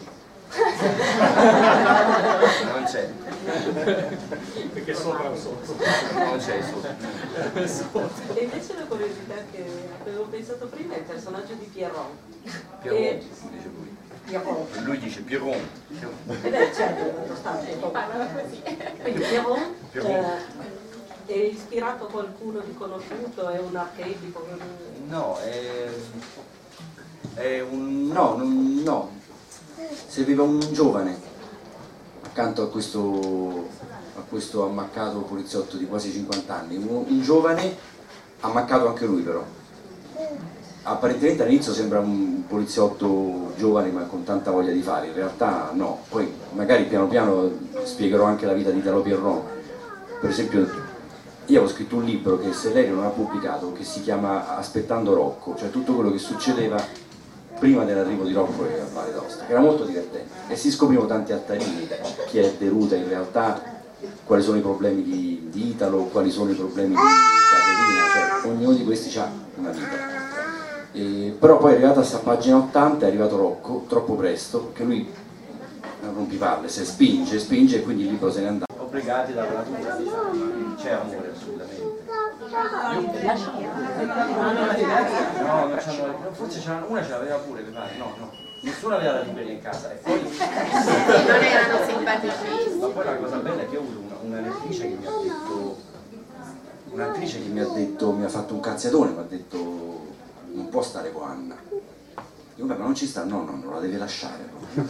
Non c'è. Perché sopra o sotto? Non c'è sopra. E invece la curiosità che avevo pensato prima è il personaggio di Pierron. Pierron, E- dice lui. Pierron. Lui dice Pierron. E beh, certo, è costante. Parlava così. Quindi Pierron Pierron. eh, è ispirato a qualcuno di conosciuto, è un archetipo? No, è, è un... No, non, no. Serviva un giovane accanto a questo, a questo ammaccato poliziotto di quasi cinquanta anni, un, un giovane ammaccato anche lui però. Apparentemente all'inizio sembra un poliziotto giovane ma con tanta voglia di fare, in realtà no, poi magari piano piano spiegherò anche la vita di Italo Pierron. Per esempio io avevo scritto un libro che Sellerio non ha pubblicato, che si chiama Aspettando Rocco, cioè tutto quello che succedeva prima dell'arrivo di Rocco a Valle d'Aosta, che era molto divertente e si scoprivano tanti altarini, chi è Deruta in realtà, quali sono i problemi di, di Italo, quali sono i problemi di Caterina, cioè ognuno di questi ha una vita. E, però poi è arrivata a sta pagina ottanta, è arrivato Rocco, troppo presto, perché lui non rompipalle, se spinge, spinge e quindi il libro se ne andava. Obbligati dalla natura, diciamo, non c'è amore assolutamente. Io... No, non c'hanno, forse c'era una ce l'aveva pure, mi pare, no, no. Nessuno aveva la libreria in casa e poi... Non erano simpaticissimi. Ma poi la cosa bella è che ho avuto una, una lettrice che mi ha detto... Un'attrice che mi ha detto, mi ha fatto un cazziatone, mi ha detto non può stare con Anna. Io, beh, ma non ci sta, no, no, non la deve lasciare.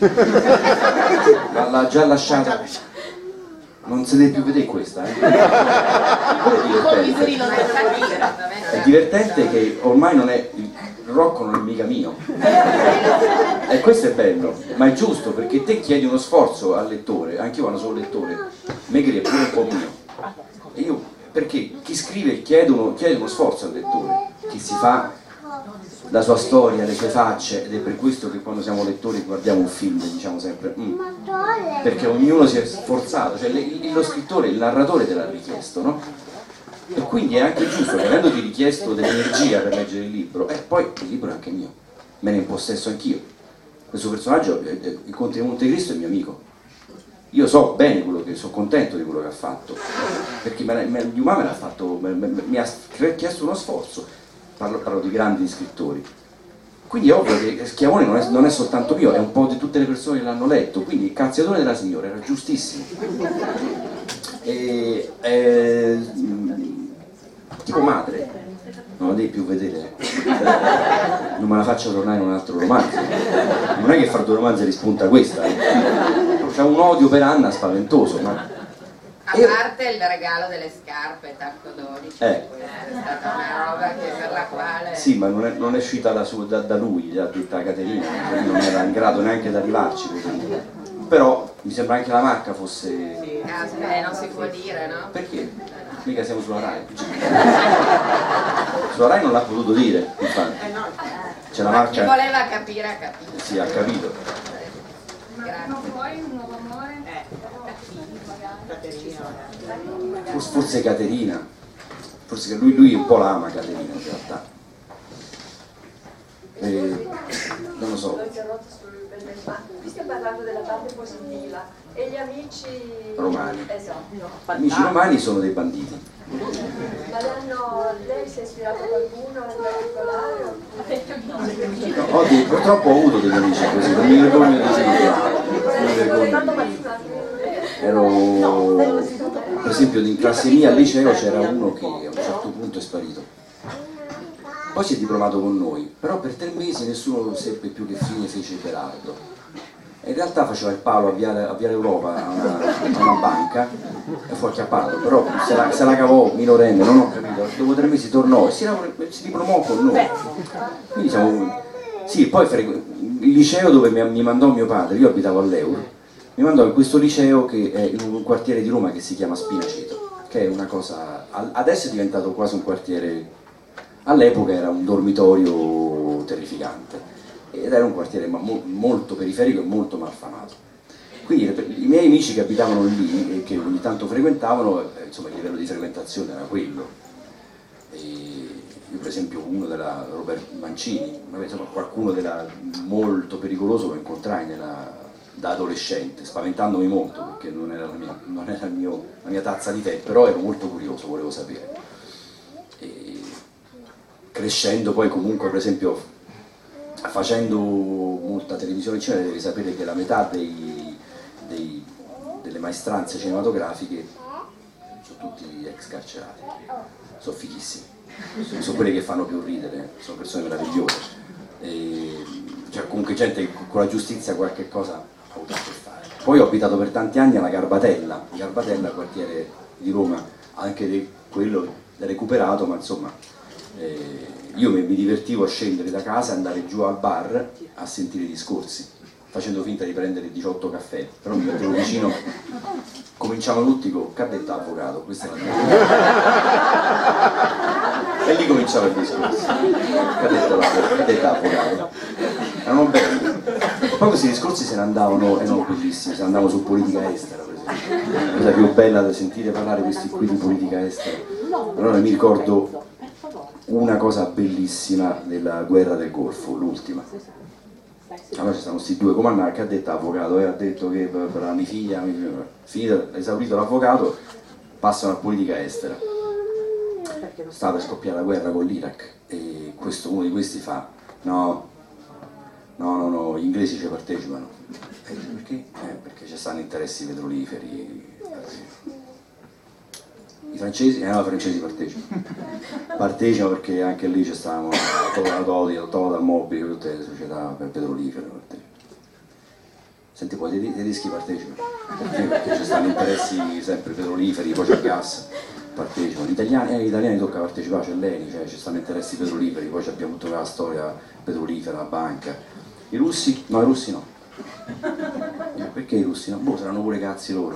L'ha già lasciata. Non se deve più vedere questa, eh. È divertente. È divertente che ormai non è, il Rocco non è mica mio. E questo è bello, ma è giusto perché te chiedi uno sforzo al lettore, anche io quando sono lettore, me crede pure un po' mio. E io, perché chi scrive chiede uno, chiede uno sforzo al lettore, chi si fa la sua storia, le sue facce, ed è per questo che quando siamo lettori guardiamo un film diciamo sempre mm, perché ognuno si è sforzato, cioè le, lo scrittore, il narratore te l'ha richiesto, no? E quindi è anche giusto che avendoti richiesto dell'energia per leggere il libro, e eh, poi il libro è anche mio, me ne impossesso anch'io. Questo personaggio, il Conte di Montecristo, è mio amico. Io so bene quello che, sono contento di quello che ha fatto, perché me, me, Dumas me l'ha fatto, me, me, mi ha chiesto uno sforzo. Parlo, parlo di grandi scrittori, quindi è ovvio che Schiavone non è, non è soltanto mio, è un po' di tutte le persone che l'hanno letto, quindi il Cazziatore della Signora era giustissimo. E, e, tipo madre, non la devi più vedere, non me la faccio tornare in un altro romanzo, non è che fra due romanzi rispunta questa, eh. C'è un odio per Anna spaventoso, ma... A parte il regalo delle scarpe, Tacco dodici, Eh. questa è stata una roba che per la quale... Sì, ma non è, non è uscita da, su, da, da lui, gli ha detta Caterina, non era in grado neanche di arrivarci. Però mi sembra anche la marca fosse... Aspetta, non si può dire, no? Perché? Mica siamo sulla Rai. Sulla Rai non l'ha potuto dire, infatti. C'è la Ma chi marca... voleva capire ha capito. Sì, ha capito. Grazie. Non vuoi un nuovo amore? Forse, forse Caterina. Forse che lui, lui un po' la ama Caterina in realtà. E, non lo so. Ma qui stiamo parlando della parte positiva e gli amici Romani. Esatto. Gli amici romani sono dei banditi. Ma l'hanno, lei si è ispirato a qualcuno in particolare? No, ho dei, purtroppo ho avuto degli amici così, non mi vergogno di dire. Non mi vergogno. Ero... per esempio in classe mia al liceo c'era uno che a un certo punto è sparito, poi si è diplomato con noi, però per tre mesi nessuno seppe più che fine fece Berardo. In realtà faceva il palo a Viale, a Viale Europa a una, a una banca e fu acchiappato, però se la, se la cavò minorenne, non ho capito, dopo tre mesi tornò e si, si diplomò con noi. Quindi siamo, sì, poi il liceo dove mi, mi mandò mio padre, io abitavo all'Eur, mi mandò in questo liceo che è in un quartiere di Roma che si chiama Spinaceto, che è una cosa, adesso è diventato quasi un quartiere, all'epoca era un dormitorio terrificante. Ed era un quartiere molto periferico e molto malfamato. Quindi i miei amici che abitavano lì e che ogni tanto frequentavano, insomma il livello di frequentazione era quello. E io per esempio uno della Roberto Mancini, insomma, qualcuno della molto pericoloso lo incontrai nella, da adolescente, spaventandomi molto perché non era, la mia, non era il mio, la mia tazza di tè, però ero molto curioso, volevo sapere. E crescendo poi comunque per esempio facendo molta televisione cinese devi sapere che la metà dei, dei, delle maestranze cinematografiche sono tutti ex carcerati, sono fighissimi, sono quelli che fanno più ridere, sono persone meravigliose, e, cioè comunque gente che con la giustizia qualche cosa ha avuto a che fare. Poi ho abitato per tanti anni alla Garbatella, Garbatella quartiere di Roma, anche di quello recuperato, ma insomma eh, io mi, mi divertivo a scendere da casa e andare giù al bar a sentire i discorsi, facendo finta di prendere diciotto caffè, però mi mettevo vicino, cominciavano tutti con caddetta avvocato, questa è la mia. E lì cominciava il discorso, caddetta avvocato, erano belli. Poi questi discorsi se ne andavano, erano bellissimi, se ne andavano su politica estera, per esempio. La cosa più bella da sentire parlare questi qui di politica estera. Allora mi ricordo una cosa bellissima della guerra del Golfo, l'ultima. Allora ci stanno questi due comandanti, che ha detto avvocato, e ha detto che per, per la mia figlia, mia figlia finito, esaurito l'avvocato, passano a politica estera. Stava per scoppiare la guerra con l'Iraq e questo, uno di questi fa no, no, no, no, gli inglesi ci partecipano. E perché? Eh, perché ci stanno interessi petroliferi. I francesi? Eh no, i francesi partecipano. Partecipano perché anche lì ci stavano la Todi, la Total Mobile, tutte le società petrolifere. Senti poi i tedeschi partecipano. Perché? Perché ci stanno interessi sempre petroliferi, poi c'è il gas, partecipano. Gli italiani, eh, gli italiani tocca partecipare, c'è l'Eni, cioè ci stanno interessi petroliferi, poi abbiamo tutta la storia petrolifera, la banca. I russi? No, i russi no. Perché i russi no? Boh, saranno pure cazzi loro.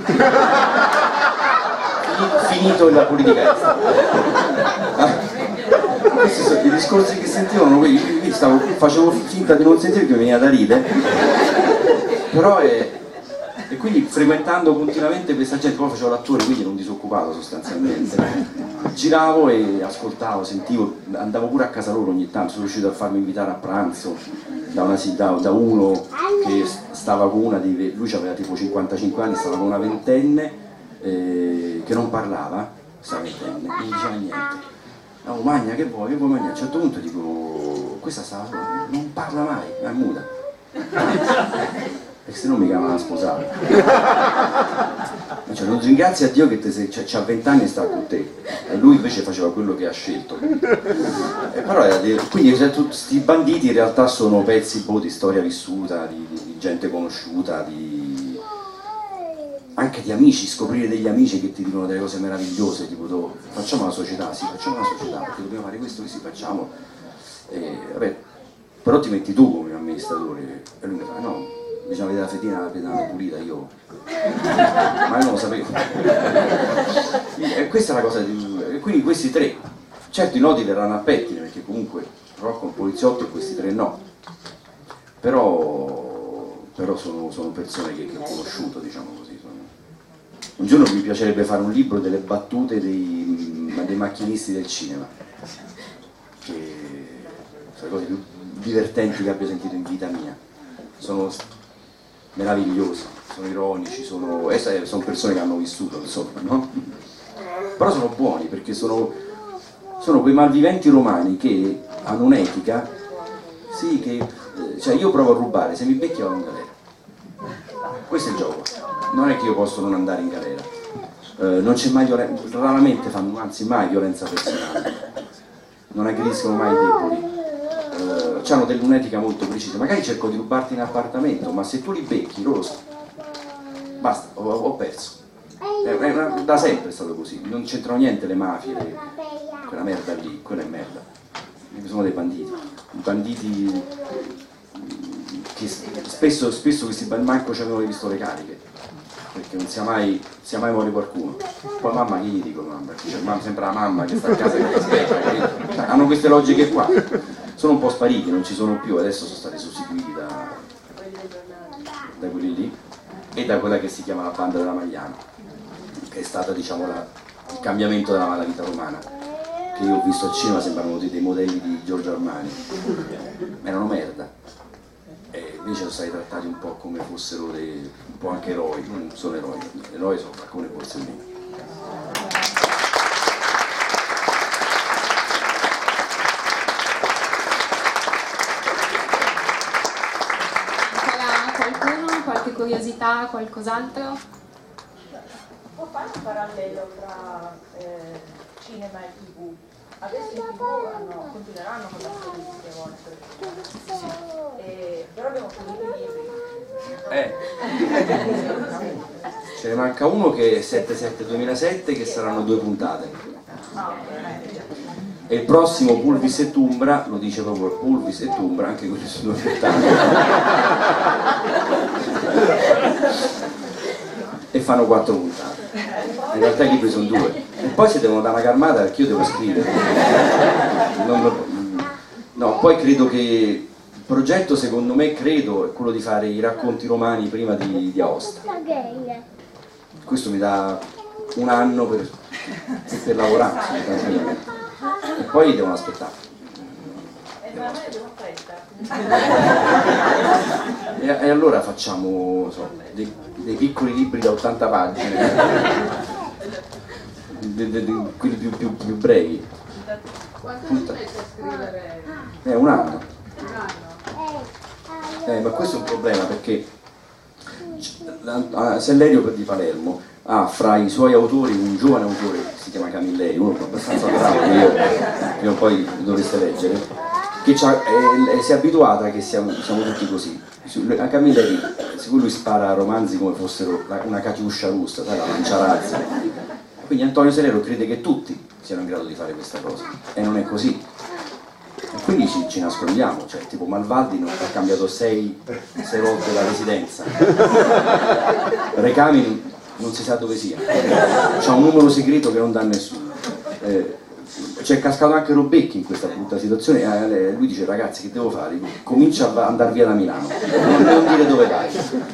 Finito la politica estera. Questi sono i discorsi che sentivano, io stavo, facevo finta di non sentire perché mi veniva da ridere, però è, e quindi frequentando continuamente questa gente, poi facevo l'attore, quindi ero un disoccupato sostanzialmente, giravo e ascoltavo, sentivo, andavo pure a casa loro ogni tanto, sono riuscito a farmi invitare a pranzo da, una, da, da uno che stava con una di, lui aveva tipo cinquantacinque anni, stava con una ventenne eh, che non parlava, questa ventenne, non diceva niente. Oh, magna, che vuoi, che vuoi mangiare? A un certo punto dico, questa sta, non parla mai, è muta. Perché se no mica me la sposava. Cioè, non ringrazia a Dio che c'ha vent'anni e sta con te. E lui invece faceva quello che ha scelto. E però era de... Quindi questi banditi in realtà sono pezzi boh, di storia vissuta, di, di, di gente conosciuta, di... anche di amici, scoprire degli amici che ti dicono delle cose meravigliose, tipo do, facciamo una società, sì, facciamo una società, perché dobbiamo fare questo, che sì, facciamo. E, vabbè, però ti metti tu come amministratore e lui mi fa no, bisogna vedere la fettina, la pedana pulita, io ma io non lo sapevo. E questa è la cosa di... e quindi questi tre, certo i noti verranno a pettine perché comunque Rocco è un poliziotto e questi tre no, però, però sono, sono persone che, che ho conosciuto, diciamo così. Sono... un giorno mi piacerebbe fare un libro delle battute dei, dei macchinisti del cinema, che sono le cose più divertenti che abbia sentito in vita mia. Sono meravigliosi, sono ironici, sono, eh, sono persone che hanno vissuto, insomma, no? Però sono buoni perché sono, sono quei malviventi romani che hanno un'etica, sì, che eh, cioè io provo a rubare, se mi becchi vado in galera. Questo è il gioco, non è che io posso non andare in galera. eh, non c'è mai violenza, raramente fanno, anzi mai violenza personale, non aggrediscono mai i deboli. Uh, hanno un'etica molto precisa, magari cerco di rubarti in appartamento, ma se tu li becchi loro basta, ho, ho perso. È una, da sempre è stato così, non c'entrano niente le mafie, le, quella merda lì, quella è merda. Sono dei banditi, banditi che spesso, spesso questi banditi manco c'avevano le pistole cariche, perché non sia mai, sia mai muore qualcuno. Poi mamma che gli dico mamma, c'è sempre la mamma che sta a casa che ti aspetta, cioè, hanno queste logiche qua. Sono un po' spariti, non ci sono più, adesso sono stati sostituiti da, da quelli lì e da quella che si chiama la banda della Magliana, che è stata, diciamo, la, il cambiamento della malavita romana, che io ho visto al cinema, sembrano dei modelli di Giorgio Armani, erano merda, e invece sono stati trattati un po' come fossero dei, un po' anche eroi, non sono eroi, eroi sono alcune forse meno. Curiosità, qualcos'altro? Può fare un parallelo tra eh, cinema e tivù? Adesso in tivù hanno, continueranno con la televisione, sì. eh, però abbiamo finito i libri. Eh. Ce ne manca uno che è sette sette duemilasette, che saranno due puntate. E il prossimo Pulvis et Umbra, lo dice proprio Pulvis et Umbra, anche quelli sono due puntate. E fanno quattro puntate. In realtà i libri sono due. E poi si devono dare una calmata perché io devo scrivere. Non, no, poi credo che il progetto, secondo me, credo, è quello di fare i racconti romani prima di, di Aosta. Questo mi dà un anno per, per lavorare, tranquillamente. E poi devono aspettare. E, e allora facciamo so, dei, dei piccoli libri da ottanta pagine, de, de, de, quelli più, più, più brevi. Quanto ci metti a scrivere? È un anno. Un anno? Eh, ma questo è un problema perché Sellerio di Palermo ha fra i suoi autori un giovane autore che si chiama Camilleri, uno abbastanza bravo che io prima o poi dovreste leggere, che è, è, si è abituata che siamo, siamo tutti così. A Camilleri, siccome lui spara romanzi come fossero una catiuscia russa, sai, la lanciarazzi. Quindi Antonio Sellerio crede che tutti siano in grado di fare questa cosa, e non è così. E quindi ci, ci nascondiamo, cioè tipo Malvaldi non, ha cambiato sei, sei volte la residenza. Recami non si sa dove sia, c'ha un numero segreto che non dà nessuno. Eh, c'è cascato anche Robecchi in questa brutta situazione, e lui dice ragazzi che devo fare? Comincia ad andare via da Milano, non devo dire dove vai.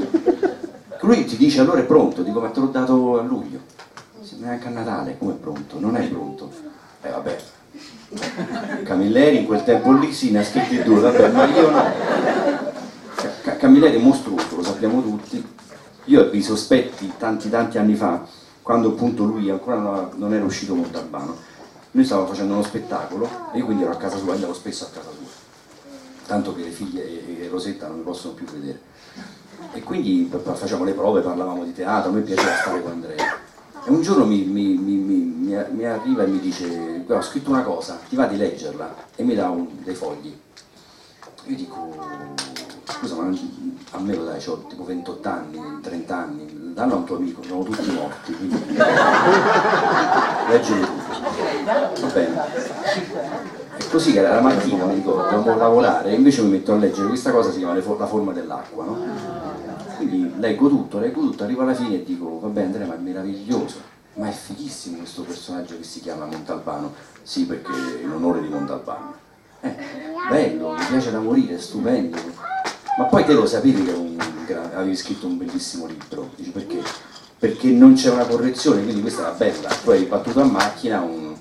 Lui ti dice allora è pronto, dico ma te l'ho dato a luglio, neanche a Natale, come è pronto? Non è pronto. E eh, vabbè, Camilleri in quel tempo lì sì, ne ha scritti due, vabbè, ma io no. Camilleri è mostruoso, lo sappiamo tutti. Io ebbi i sospetti tanti tanti anni fa, quando appunto lui ancora non era uscito Montalbano. Noi stavamo facendo uno spettacolo e io quindi ero a casa sua, andavo spesso a casa sua, tanto che le figlie e Rosetta non mi possono più vedere. E quindi facciamo le prove, parlavamo di teatro, a me piaceva stare con Andrea. E un giorno mi, mi, mi, mi, mi arriva e mi dice ho scritto una cosa, ti va di leggerla? E mi dà un, dei fogli. Io dico scusa ma a me lo dai, ho tipo ventotto anni, trenta anni, dallo a un tuo amico, sono tutti morti, quindi leggili tu. Va bene. E così era la mattina, mi dico, dovevo lavorare e invece mi metto a leggere questa cosa, si chiama La forma dell'acqua, no? Quindi leggo tutto, leggo tutto, arrivo alla fine e dico vabbè Andrea ma è meraviglioso, ma è fighissimo questo personaggio che si chiama Montalbano. Sì, perché è in onore di Montalbano. Eh, bello, mi piace da morire, è stupendo. Ma poi te lo sapevi che un, avevi scritto un bellissimo libro, dici perché? Perché non c'è una correzione, quindi questa era bella, tu hai battuto a macchina un...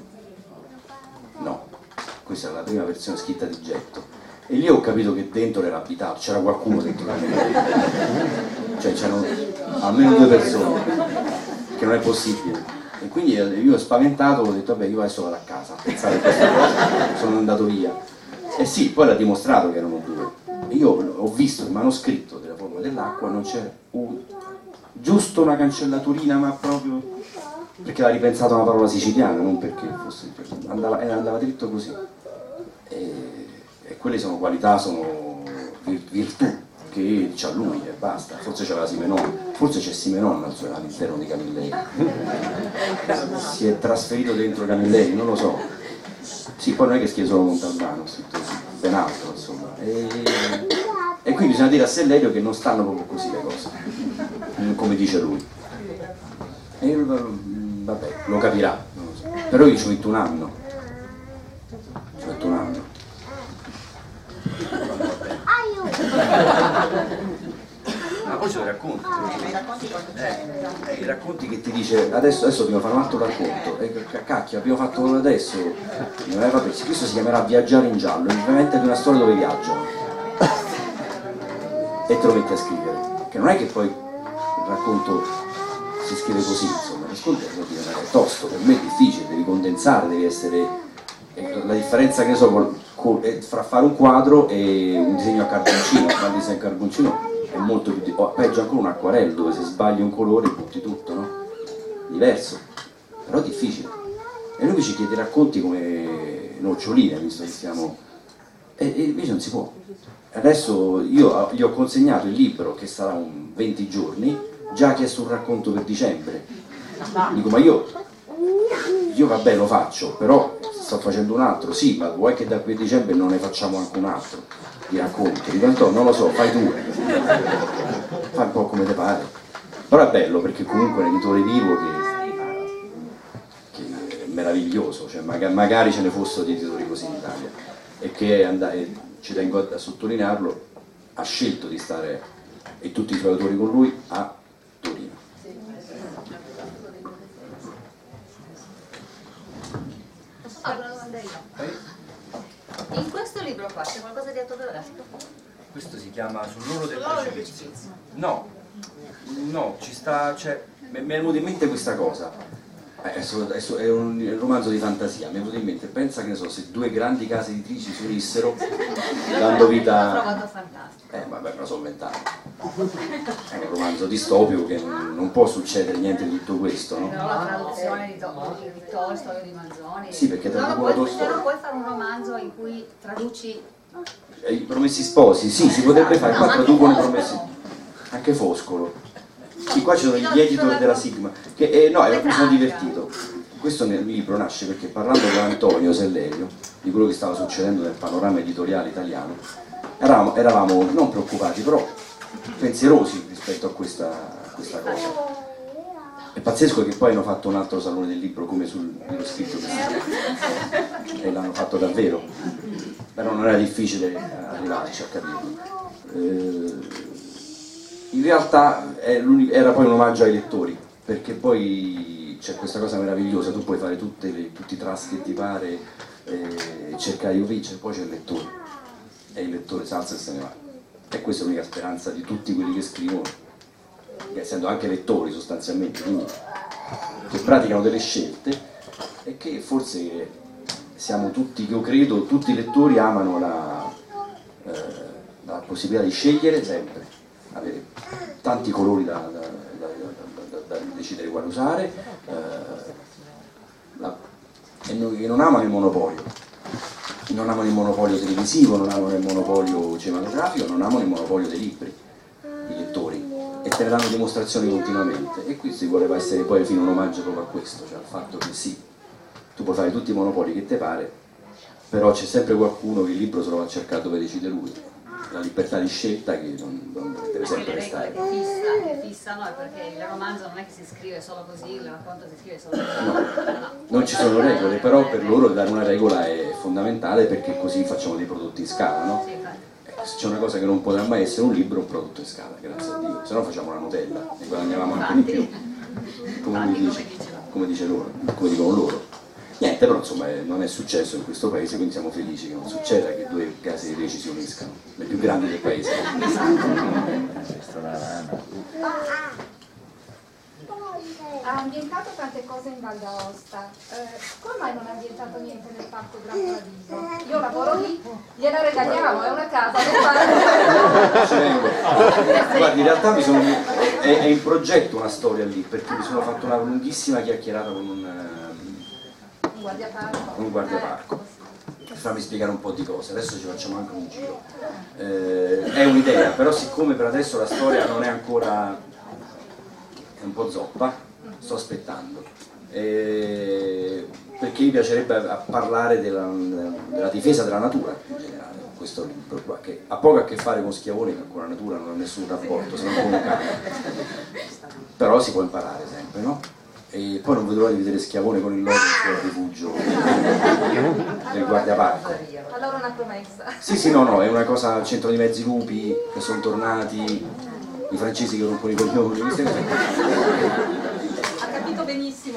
no, questa era la prima versione scritta di getto. E lì ho capito che dentro era abitato, c'era qualcuno dentro la mia. Cioè c'erano almeno due persone, che non è possibile. E quindi io spaventato ho detto vabbè io adesso vado a casa a pensare a questa cosa, sono andato via. E sì, poi l'ha dimostrato che erano due. Io ho visto il manoscritto della forma dell'acqua, non c'era un... giusto una cancellaturina, ma proprio perché aveva ripensato a una parola siciliana, non perché fosse, andava, andava dritto così. E, e quelle sono qualità, sono vir- virtù che c'ha lui e basta. Forse c'aveva Simenon, forse c'è Simenon all'interno di Camilleri, si è trasferito dentro Camilleri, non lo so. Sì, poi non è che scrive solo Montalbano, ha scritto ben altro, insomma. E, e qui bisogna dire a Sellerio che non stanno proprio così le cose, come dice lui. E vabbè, lo capirà, non lo so. Però io ci metto un anno. Ci metto un anno. Ma poi sono i racconti. I racconti quanto c'è? Eh, I racconti che ti dice adesso, adesso dobbiamo fare un altro racconto. E cacchio, abbiamo fatto adesso. Non è, vabbè, questo si chiamerà Viaggiare in giallo, è ovviamente di una storia dove viaggiano. E te lo metti a scrivere. Che non è che poi il racconto si scrive così, insomma, racconto è tosto, per me è difficile, devi condensare, devi essere. La differenza che ne so col, col, è fra fare un quadro e un disegno a carboncino, un disegno a carboncino è molto più, o peggio ancora un acquarello dove se sbagli un colore butti tutto, no? Diverso, però difficile. E lui ci chiede racconti come noccioline, visto che siamo. E, e invece non si può. Adesso io gli ho consegnato il libro che sarà un venti giorni, già ha chiesto un racconto per dicembre. Dico, ma io, io vabbè lo faccio, però sto facendo un altro, sì, ma vuoi che da qui a dicembre non ne facciamo anche un altro di racconti? Dico, Antonio, non lo so, fai due, fai un po' come te pare. Però è bello perché comunque è un editore vivo che, che è meraviglioso, cioè magari, magari ce ne fossero di editori così in Italia, e che and- e ci tengo a sottolinearlo, ha scelto di stare, e tutti i suoi autori con lui, a Torino. Posso fare una domanda io? In questo libro qua c'è qualcosa di autobiografico? Questo si chiama Sull'oro del Sull'oro del precipizio. precipizio. No, no, ci sta, cioè, Mi è venuta in mente questa cosa. È, è, è un romanzo di fantasia, mi è venuto in mente, pensa che ne so, se due grandi case editrici si unissero dando vita. L'ho trovato fantastico. Eh vabbè, me lo so inventato. È un romanzo distopico che non può succedere niente di tutto questo, no? Però la traduzione di, to- di Tolstoi o di Manzoni. Sì, perché no, traducono no, puoi, Tolstoi. però puoi fare un romanzo in cui traduci. I Promessi Sposi, sì, si potrebbe fare, qua traducono i Promessi. Anche Foscolo. Sì, qua ci sono gli editor della Sigma. Che, eh, no, io mi sono divertito. Questo nel libro nasce perché parlando con Antonio Sellerio di quello che stava succedendo nel panorama editoriale italiano, eravamo, eravamo non preoccupati, però pensierosi rispetto a questa, a questa cosa. È pazzesco che poi hanno fatto un altro salone del libro come sul libro scritto che e l'hanno fatto davvero, però non era difficile arrivarci a capirlo. Eh, in realtà era poi un omaggio ai lettori, perché poi c'è questa cosa meravigliosa, tu puoi fare tutte le, tutti i trust che ti pare, eh, cercare di convincere, poi c'è il lettore, e il lettore si alza e se ne va. E questa è l'unica speranza di tutti quelli che scrivono, essendo anche lettori sostanzialmente, quindi che praticano delle scelte, e che forse siamo tutti, che io credo, tutti i lettori amano la, eh, la possibilità di scegliere sempre, avere tanti colori da, da, da, da, da, da decidere quale usare, eh, la, e, non, e non amano il monopolio, non amano il monopolio televisivo, non amano il monopolio cinematografico, non amano il monopolio dei libri, i lettori, e te ne danno dimostrazioni continuamente, e qui si voleva essere poi fino un omaggio proprio a questo, cioè al fatto che sì, tu puoi fare tutti i monopoli che te pare, però c'è sempre qualcuno che il libro se lo va a cercare dove decide lui, la libertà di scelta che non, non deve sempre restare. Le regole che, fissa, che fissano è perché il romanzo non è che si scrive solo così, il racconto si scrive solo così. No, non ci sono regole, però per loro dare una regola è fondamentale perché così facciamo dei prodotti in scala, no? Se c'è una cosa che non potrà mai essere un libro, un prodotto in scala, grazie a Dio, se no facciamo la Nutella e guadagniamo anche di più, come, mi dice, come dice loro, come dicono loro. Niente, però insomma non è successo in questo paese, quindi siamo felici che non succeda che due case editrici si uniscano, le più grandi del paese. Ha ambientato tante cose in Val d'Aosta, eh, come mai non ha ambientato niente nel parco Gran Paradiso? Io lavoro lì, gliela regaliamo, è una casa, non Ci vengo. Guardi, in realtà mi sono, è, è in progetto una storia lì, perché mi sono fatto una lunghissima chiacchierata con un, Un guardiaparco. un guardiaparco per farmi spiegare un po' di cose. Adesso ci facciamo anche un giro. Eh, è un'idea, però siccome per adesso la storia non è ancora, è un po' zoppa, sto aspettando. Eh, perché mi piacerebbe parlare della, della difesa della natura in generale. Questo libro qua, che ha poco a che fare con Schiavone, che con la natura non ha nessun rapporto, se non con un cane. Però si può imparare sempre, no? E poi non vedo l'ora di vedere Schiavone con il logo del rifugio del guardiaparco. Allora una promessa. Sì, sì, no, no, è una cosa al centro di mezzi lupi che sono tornati, i francesi che rompono i coglioni. Ha capito benissimo.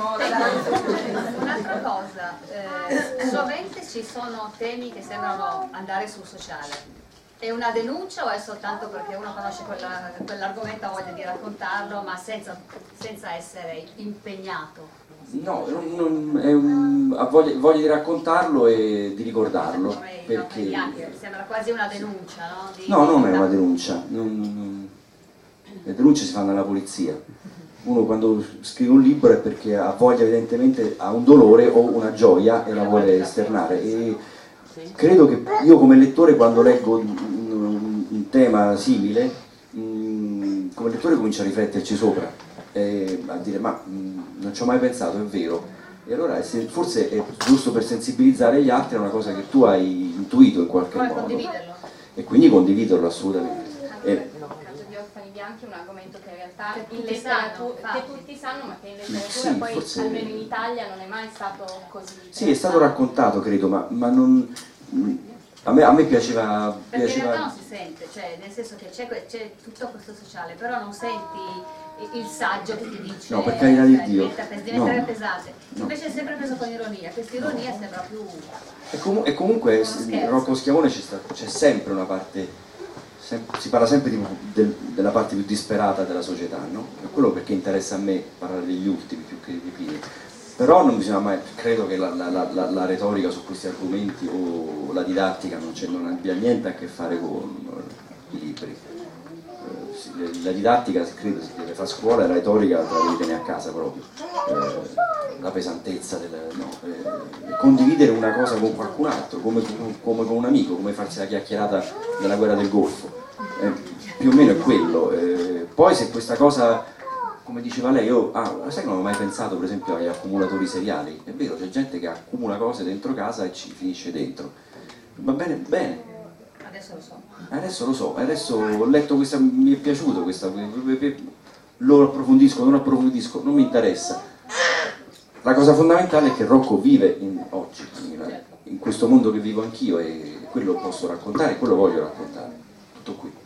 Un'altra cosa, eh, sovente ci sono temi che sembrano andare sul sociale. È una denuncia o è soltanto perché uno conosce quella- quell'argomento, ha voglia di raccontarlo, ma senza, senza essere impegnato? No, non- non- è un, ha voglia, voglia di raccontarlo e di ricordarlo. Come i Perché... Bianchi, sembra quasi una denuncia, no? Di- No, non è una denuncia. Non- non- Le denunce si fanno alla polizia. Uno quando scrive un libro è perché ha voglia, evidentemente, ha un dolore o una gioia e la vuole esternare. E credo che io come lettore, quando leggo un, un- un tema simile, mh, come lettore comincio a rifletterci sopra, e a dire ma mh, non ci ho mai pensato, è vero. E allora se- forse è giusto per sensibilizzare gli altri, è una cosa che tu hai intuito in qualche Come modo. condividerlo? E quindi condividerlo assolutamente. Anche E- il caso di Orfani Bianchi è un argomento che in realtà Che in tutti letteratura, sanno, infatti. che tutti sanno, ma che in letteratura Sì, poi forse- almeno in Italia non è mai stato così. Sì, è stato raccontato, credo, ma, ma non... A me, a me piaceva... Perché in realtà piaceva... non si sente, cioè nel senso che c'è, que- c'è tutto questo sociale, però non senti il- il saggio che ti dice, No, per carità di cioè, Dio. diventa, diventare No. pesante. No. Invece è sempre preso con ironia, questa ironia sembra più... E, comu- e comunque Uno s- scherzo. Rocco Schiavone c'è, sta- c'è sempre una parte, sem- si parla sempre di- del- della parte più disperata della società, no? È quello perché interessa a me parlare degli ultimi più che dei primi. Però non bisogna mai, credo che la, la- la- la- la retorica su questi argomenti o la didattica non, c'è, non abbia niente a che fare con eh, i libri. Eh, si- La didattica credo si deve fare a scuola e la retorica te la devi tenere a casa proprio. Eh, la pesantezza del, no, eh, condividere una cosa con qualcun altro, come, come con un amico, come farsi la chiacchierata della guerra del Golfo. Eh, più o meno è quello. Eh, poi se questa cosa, come diceva lei, io ah, sai che non ho mai pensato per esempio agli accumulatori seriali? È vero, c'è gente che accumula cose dentro casa e ci finisce dentro. Va bene, bene. Adesso lo so. Adesso lo so, adesso ho letto questa, mi è piaciuto questa, lo approfondisco, non approfondisco, non mi interessa. La cosa fondamentale è che Rocco vive in, oggi, in, in questo mondo che vivo anch'io e quello posso raccontare e quello voglio raccontare. Tutto qui.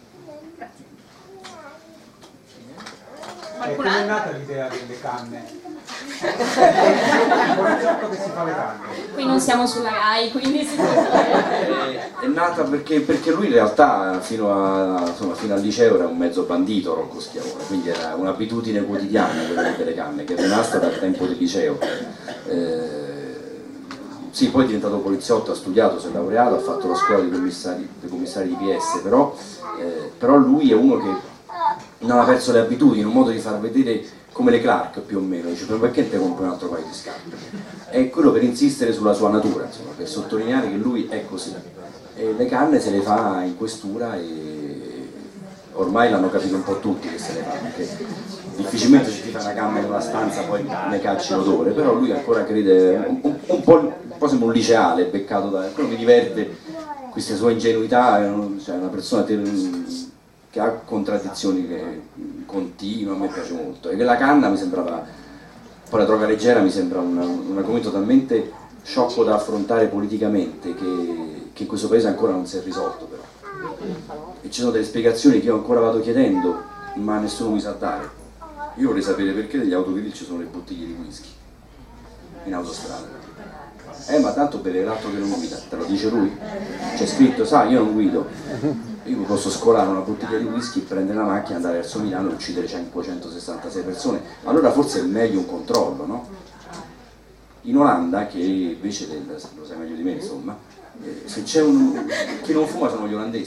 E come è nata l'idea delle canne? Con il gioco che si fa le canne. Qui non siamo sulla Rai, quindi si può dire. È nata perché, perché lui in realtà fino, a, insomma, fino al liceo era un mezzo bandito Rocco Schiavone, quindi era un'abitudine quotidiana quella delle canne, che è rimasta dal tempo del liceo. Eh, sì, poi è diventato poliziotto, ha studiato, si è laureato, ha fatto la scuola dei commissari, dei commissari di P S, però, eh, però lui è uno che non ha perso le abitudini, un modo di far vedere come le Clark più o meno, dice ma perché te compri un altro paio di scarpe? È quello per insistere sulla sua natura, insomma, per sottolineare che lui è così. E le canne se le fa in questura e ormai l'hanno capito un po' tutti che se le fa, perché difficilmente ci ti fa una canna in una stanza poi ne cacci l'odore, però lui ancora crede, un, un, un, po', un po' sembra un liceale, beccato da... quello mi diverte, questa sua ingenuità, è un, cioè una persona ter- che ha contraddizioni che continua, a me piace molto, e che la canna mi sembrava, poi la droga leggera mi sembra una, un argomento talmente sciocco da affrontare politicamente che, che in questo paese ancora non si è risolto però. E ci sono delle spiegazioni che io ancora vado chiedendo, ma nessuno mi sa dare. Io vorrei sapere perché degli autogrill ci sono le bottiglie di whisky in autostrada. Eh ma tanto beve l'altro che non guida, te lo dice lui? C'è scritto, sai, io non guido. Io posso scolare una bottiglia di whisky, prendere la macchina, andare verso Milano e uccidere cinquecentosessantasei persone. Allora forse è meglio un controllo, no? In Olanda, che invece, lo sai meglio di me insomma, eh, se c'è un... chi non fuma sono gli olandesi.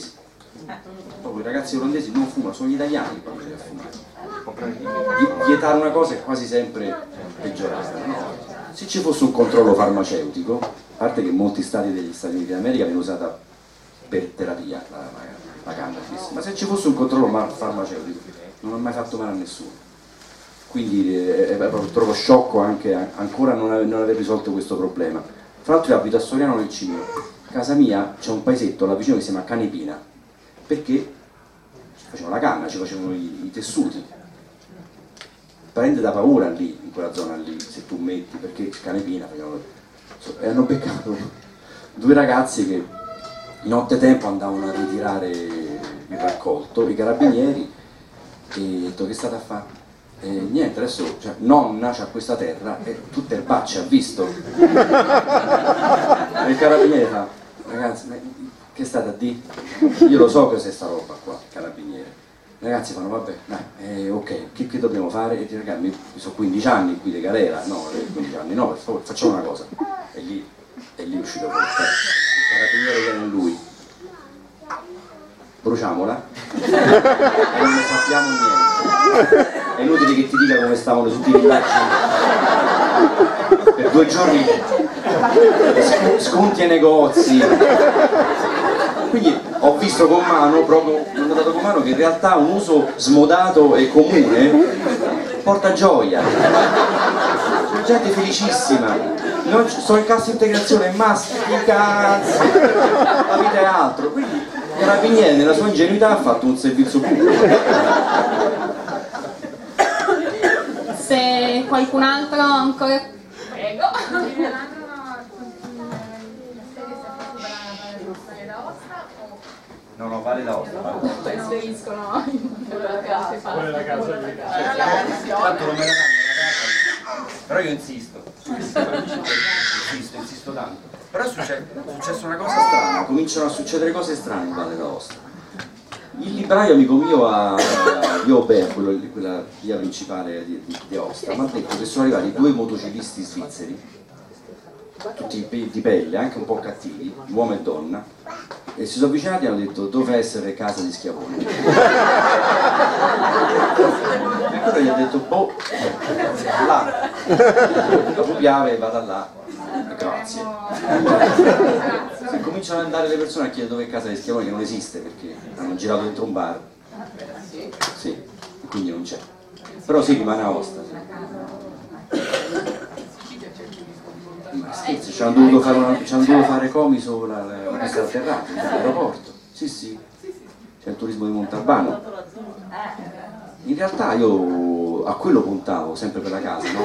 Proprio i ragazzi olandesi non fumano, sono gli italiani che vanno a fumare. Vietare una cosa è quasi sempre peggiorare, no? Se ci fosse un controllo farmaceutico, a parte che molti stati degli Stati Uniti d'America viene usata per terapia la, la, la cannabis, ma se ci fosse un controllo farmaceutico non ha mai fatto male a nessuno. Quindi eh, è proprio trovo sciocco anche ancora non aver, non aver risolto questo problema. Fra l'altro io abito a Soriano nel Cimino, a casa mia c'è un paesetto là vicino che si chiama Canepina, perché facevano la canna, ci facevano i, i tessuti. Prende da paura lì, in quella zona lì, se tu metti, perché Canepina facevano, e hanno beccato due ragazzi che nottetempo andavano a ritirare il raccolto, i carabinieri, e ho detto che state a fare? E niente, adesso cioè, nonna c'ha questa terra e tutte erbacce, ha visto? E il carabiniere fa, ragazzi, ma che state a dire? Io lo so cos'è sta roba qua, carabiniere. I ragazzi fanno, vabbè, dai, eh, ok, che, che dobbiamo fare? E ti ragazzi, mi sono quindici anni qui di galera, no, quindici anni no, per favore, facciamo una cosa. E lì, e lì è uscito fuori, il carabiniere viene lui, bruciamola, e non ne sappiamo niente. È inutile che ti dica come stavano tutti i villaggi. Per due giorni sconti ai negozi. Quindi ho visto con mano, proprio, ho notato con mano che in realtà un uso smodato e comune porta gioia. C'è gente felicissima. Non sto in cassa integrazione, ma sti cazzi, la vita è altro. Quindi il carabiniere nella sua ingenuità ha fatto un servizio pubblico. Se qualcun altro ancora... Prego. No, no, Valle d'Aosta. trasferiscono in quella casa. Tanto non me la danno la casa. Però io insisto. Insisto, insisto tanto. Però è successo, è successa una cosa strana, cominciano a succedere cose strane in Valle d'Aosta. Il libraio amico mio a Iobe, quello, quella via principale di, di, di Aosta, mi ha detto che sono arrivati due motociclisti svizzeri, tutti di pelle, anche un po' cattivi, uomo e donna, e si sono avvicinati e hanno detto dove essere casa di Schiavone. E allora gli ha detto boh, là, dopo Piave vada là. Grazie. Se cominciano ad andare le persone a chiedere dove è casa di Schiavone, che non esiste perché hanno girato dentro un bar, sì, quindi non c'è. Però sì, rimane a Aosta. Sì. Ma scherzi, ci hanno dovuto fare, una, ci hanno dovuto fare Comiso la, la, la pista atterrata all'aeroporto. Sì, sì, c'è il turismo di Montalbano. In realtà io a quello puntavo, sempre per la casa, no?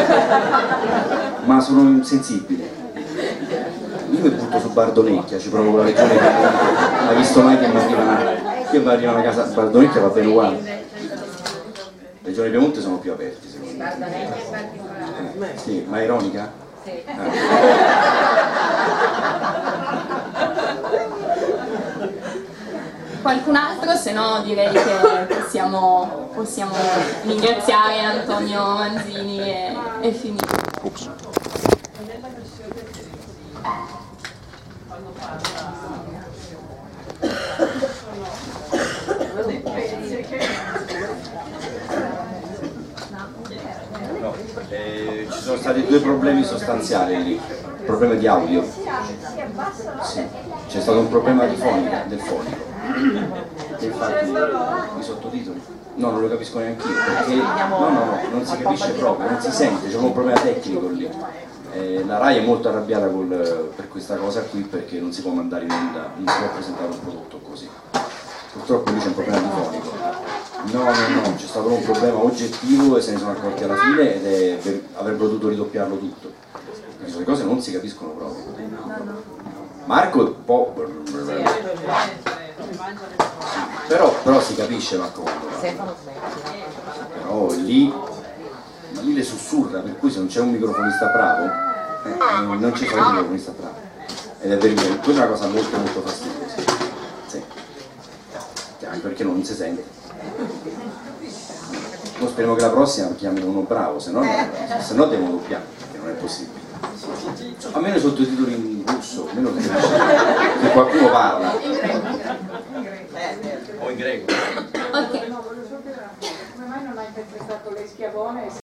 Ma sono insensibile. Io mi butto su Bardonecchia, ci provo con la regione Piemonte. Hai visto mai che mi arriva una, che mi arriva una casa a Bardonecchia, va bene uguale. Le regioni Piemonte sono più aperti, secondo me. Eh, sì, ma è ironica? Sì. Eh. Qualcun altro? Se no direi che possiamo, possiamo ringraziare Antonio Manzini e, e finire. Ups. No, eh, ci sono stati due problemi sostanziali lì, problema di audio. Sì, c'è stato un problema di fonica, del fonico. E infatti i sottotitoli no, non lo capisco neanche io perché no, no, no, non si capisce proprio, non si sente, c'è un problema tecnico lì. Eh, la Rai è molto arrabbiata col, per questa cosa qui perché non si può mandare in onda, non si può presentare un prodotto così. Purtroppo lì c'è un problema di fonico. No, no, no, c'è stato un problema oggettivo e se ne sono accorti alla fine ed è, per, avrebbero dovuto ridoppiarlo tutto. Perché le cose non si capiscono proprio. Marco è un po'. Però, però si capisce Marco quando va. Però lì, lì le sussurra, per cui se non c'è un microfonista bravo, eh, non c'è un microfonista bravo. Ed è vero, quella è una cosa molto molto fastidiosa. Sì. Anche perché non si sente. Noi speriamo che la prossima chiamino uno bravo, se no, se no devono doppiare, perché non è possibile. Almeno i sottotitoli in russo, almeno che, che qualcuno parla. greco. Ok. No, voglio solo chiedere una cosa, come mai non ha interpretato lei Schiavone?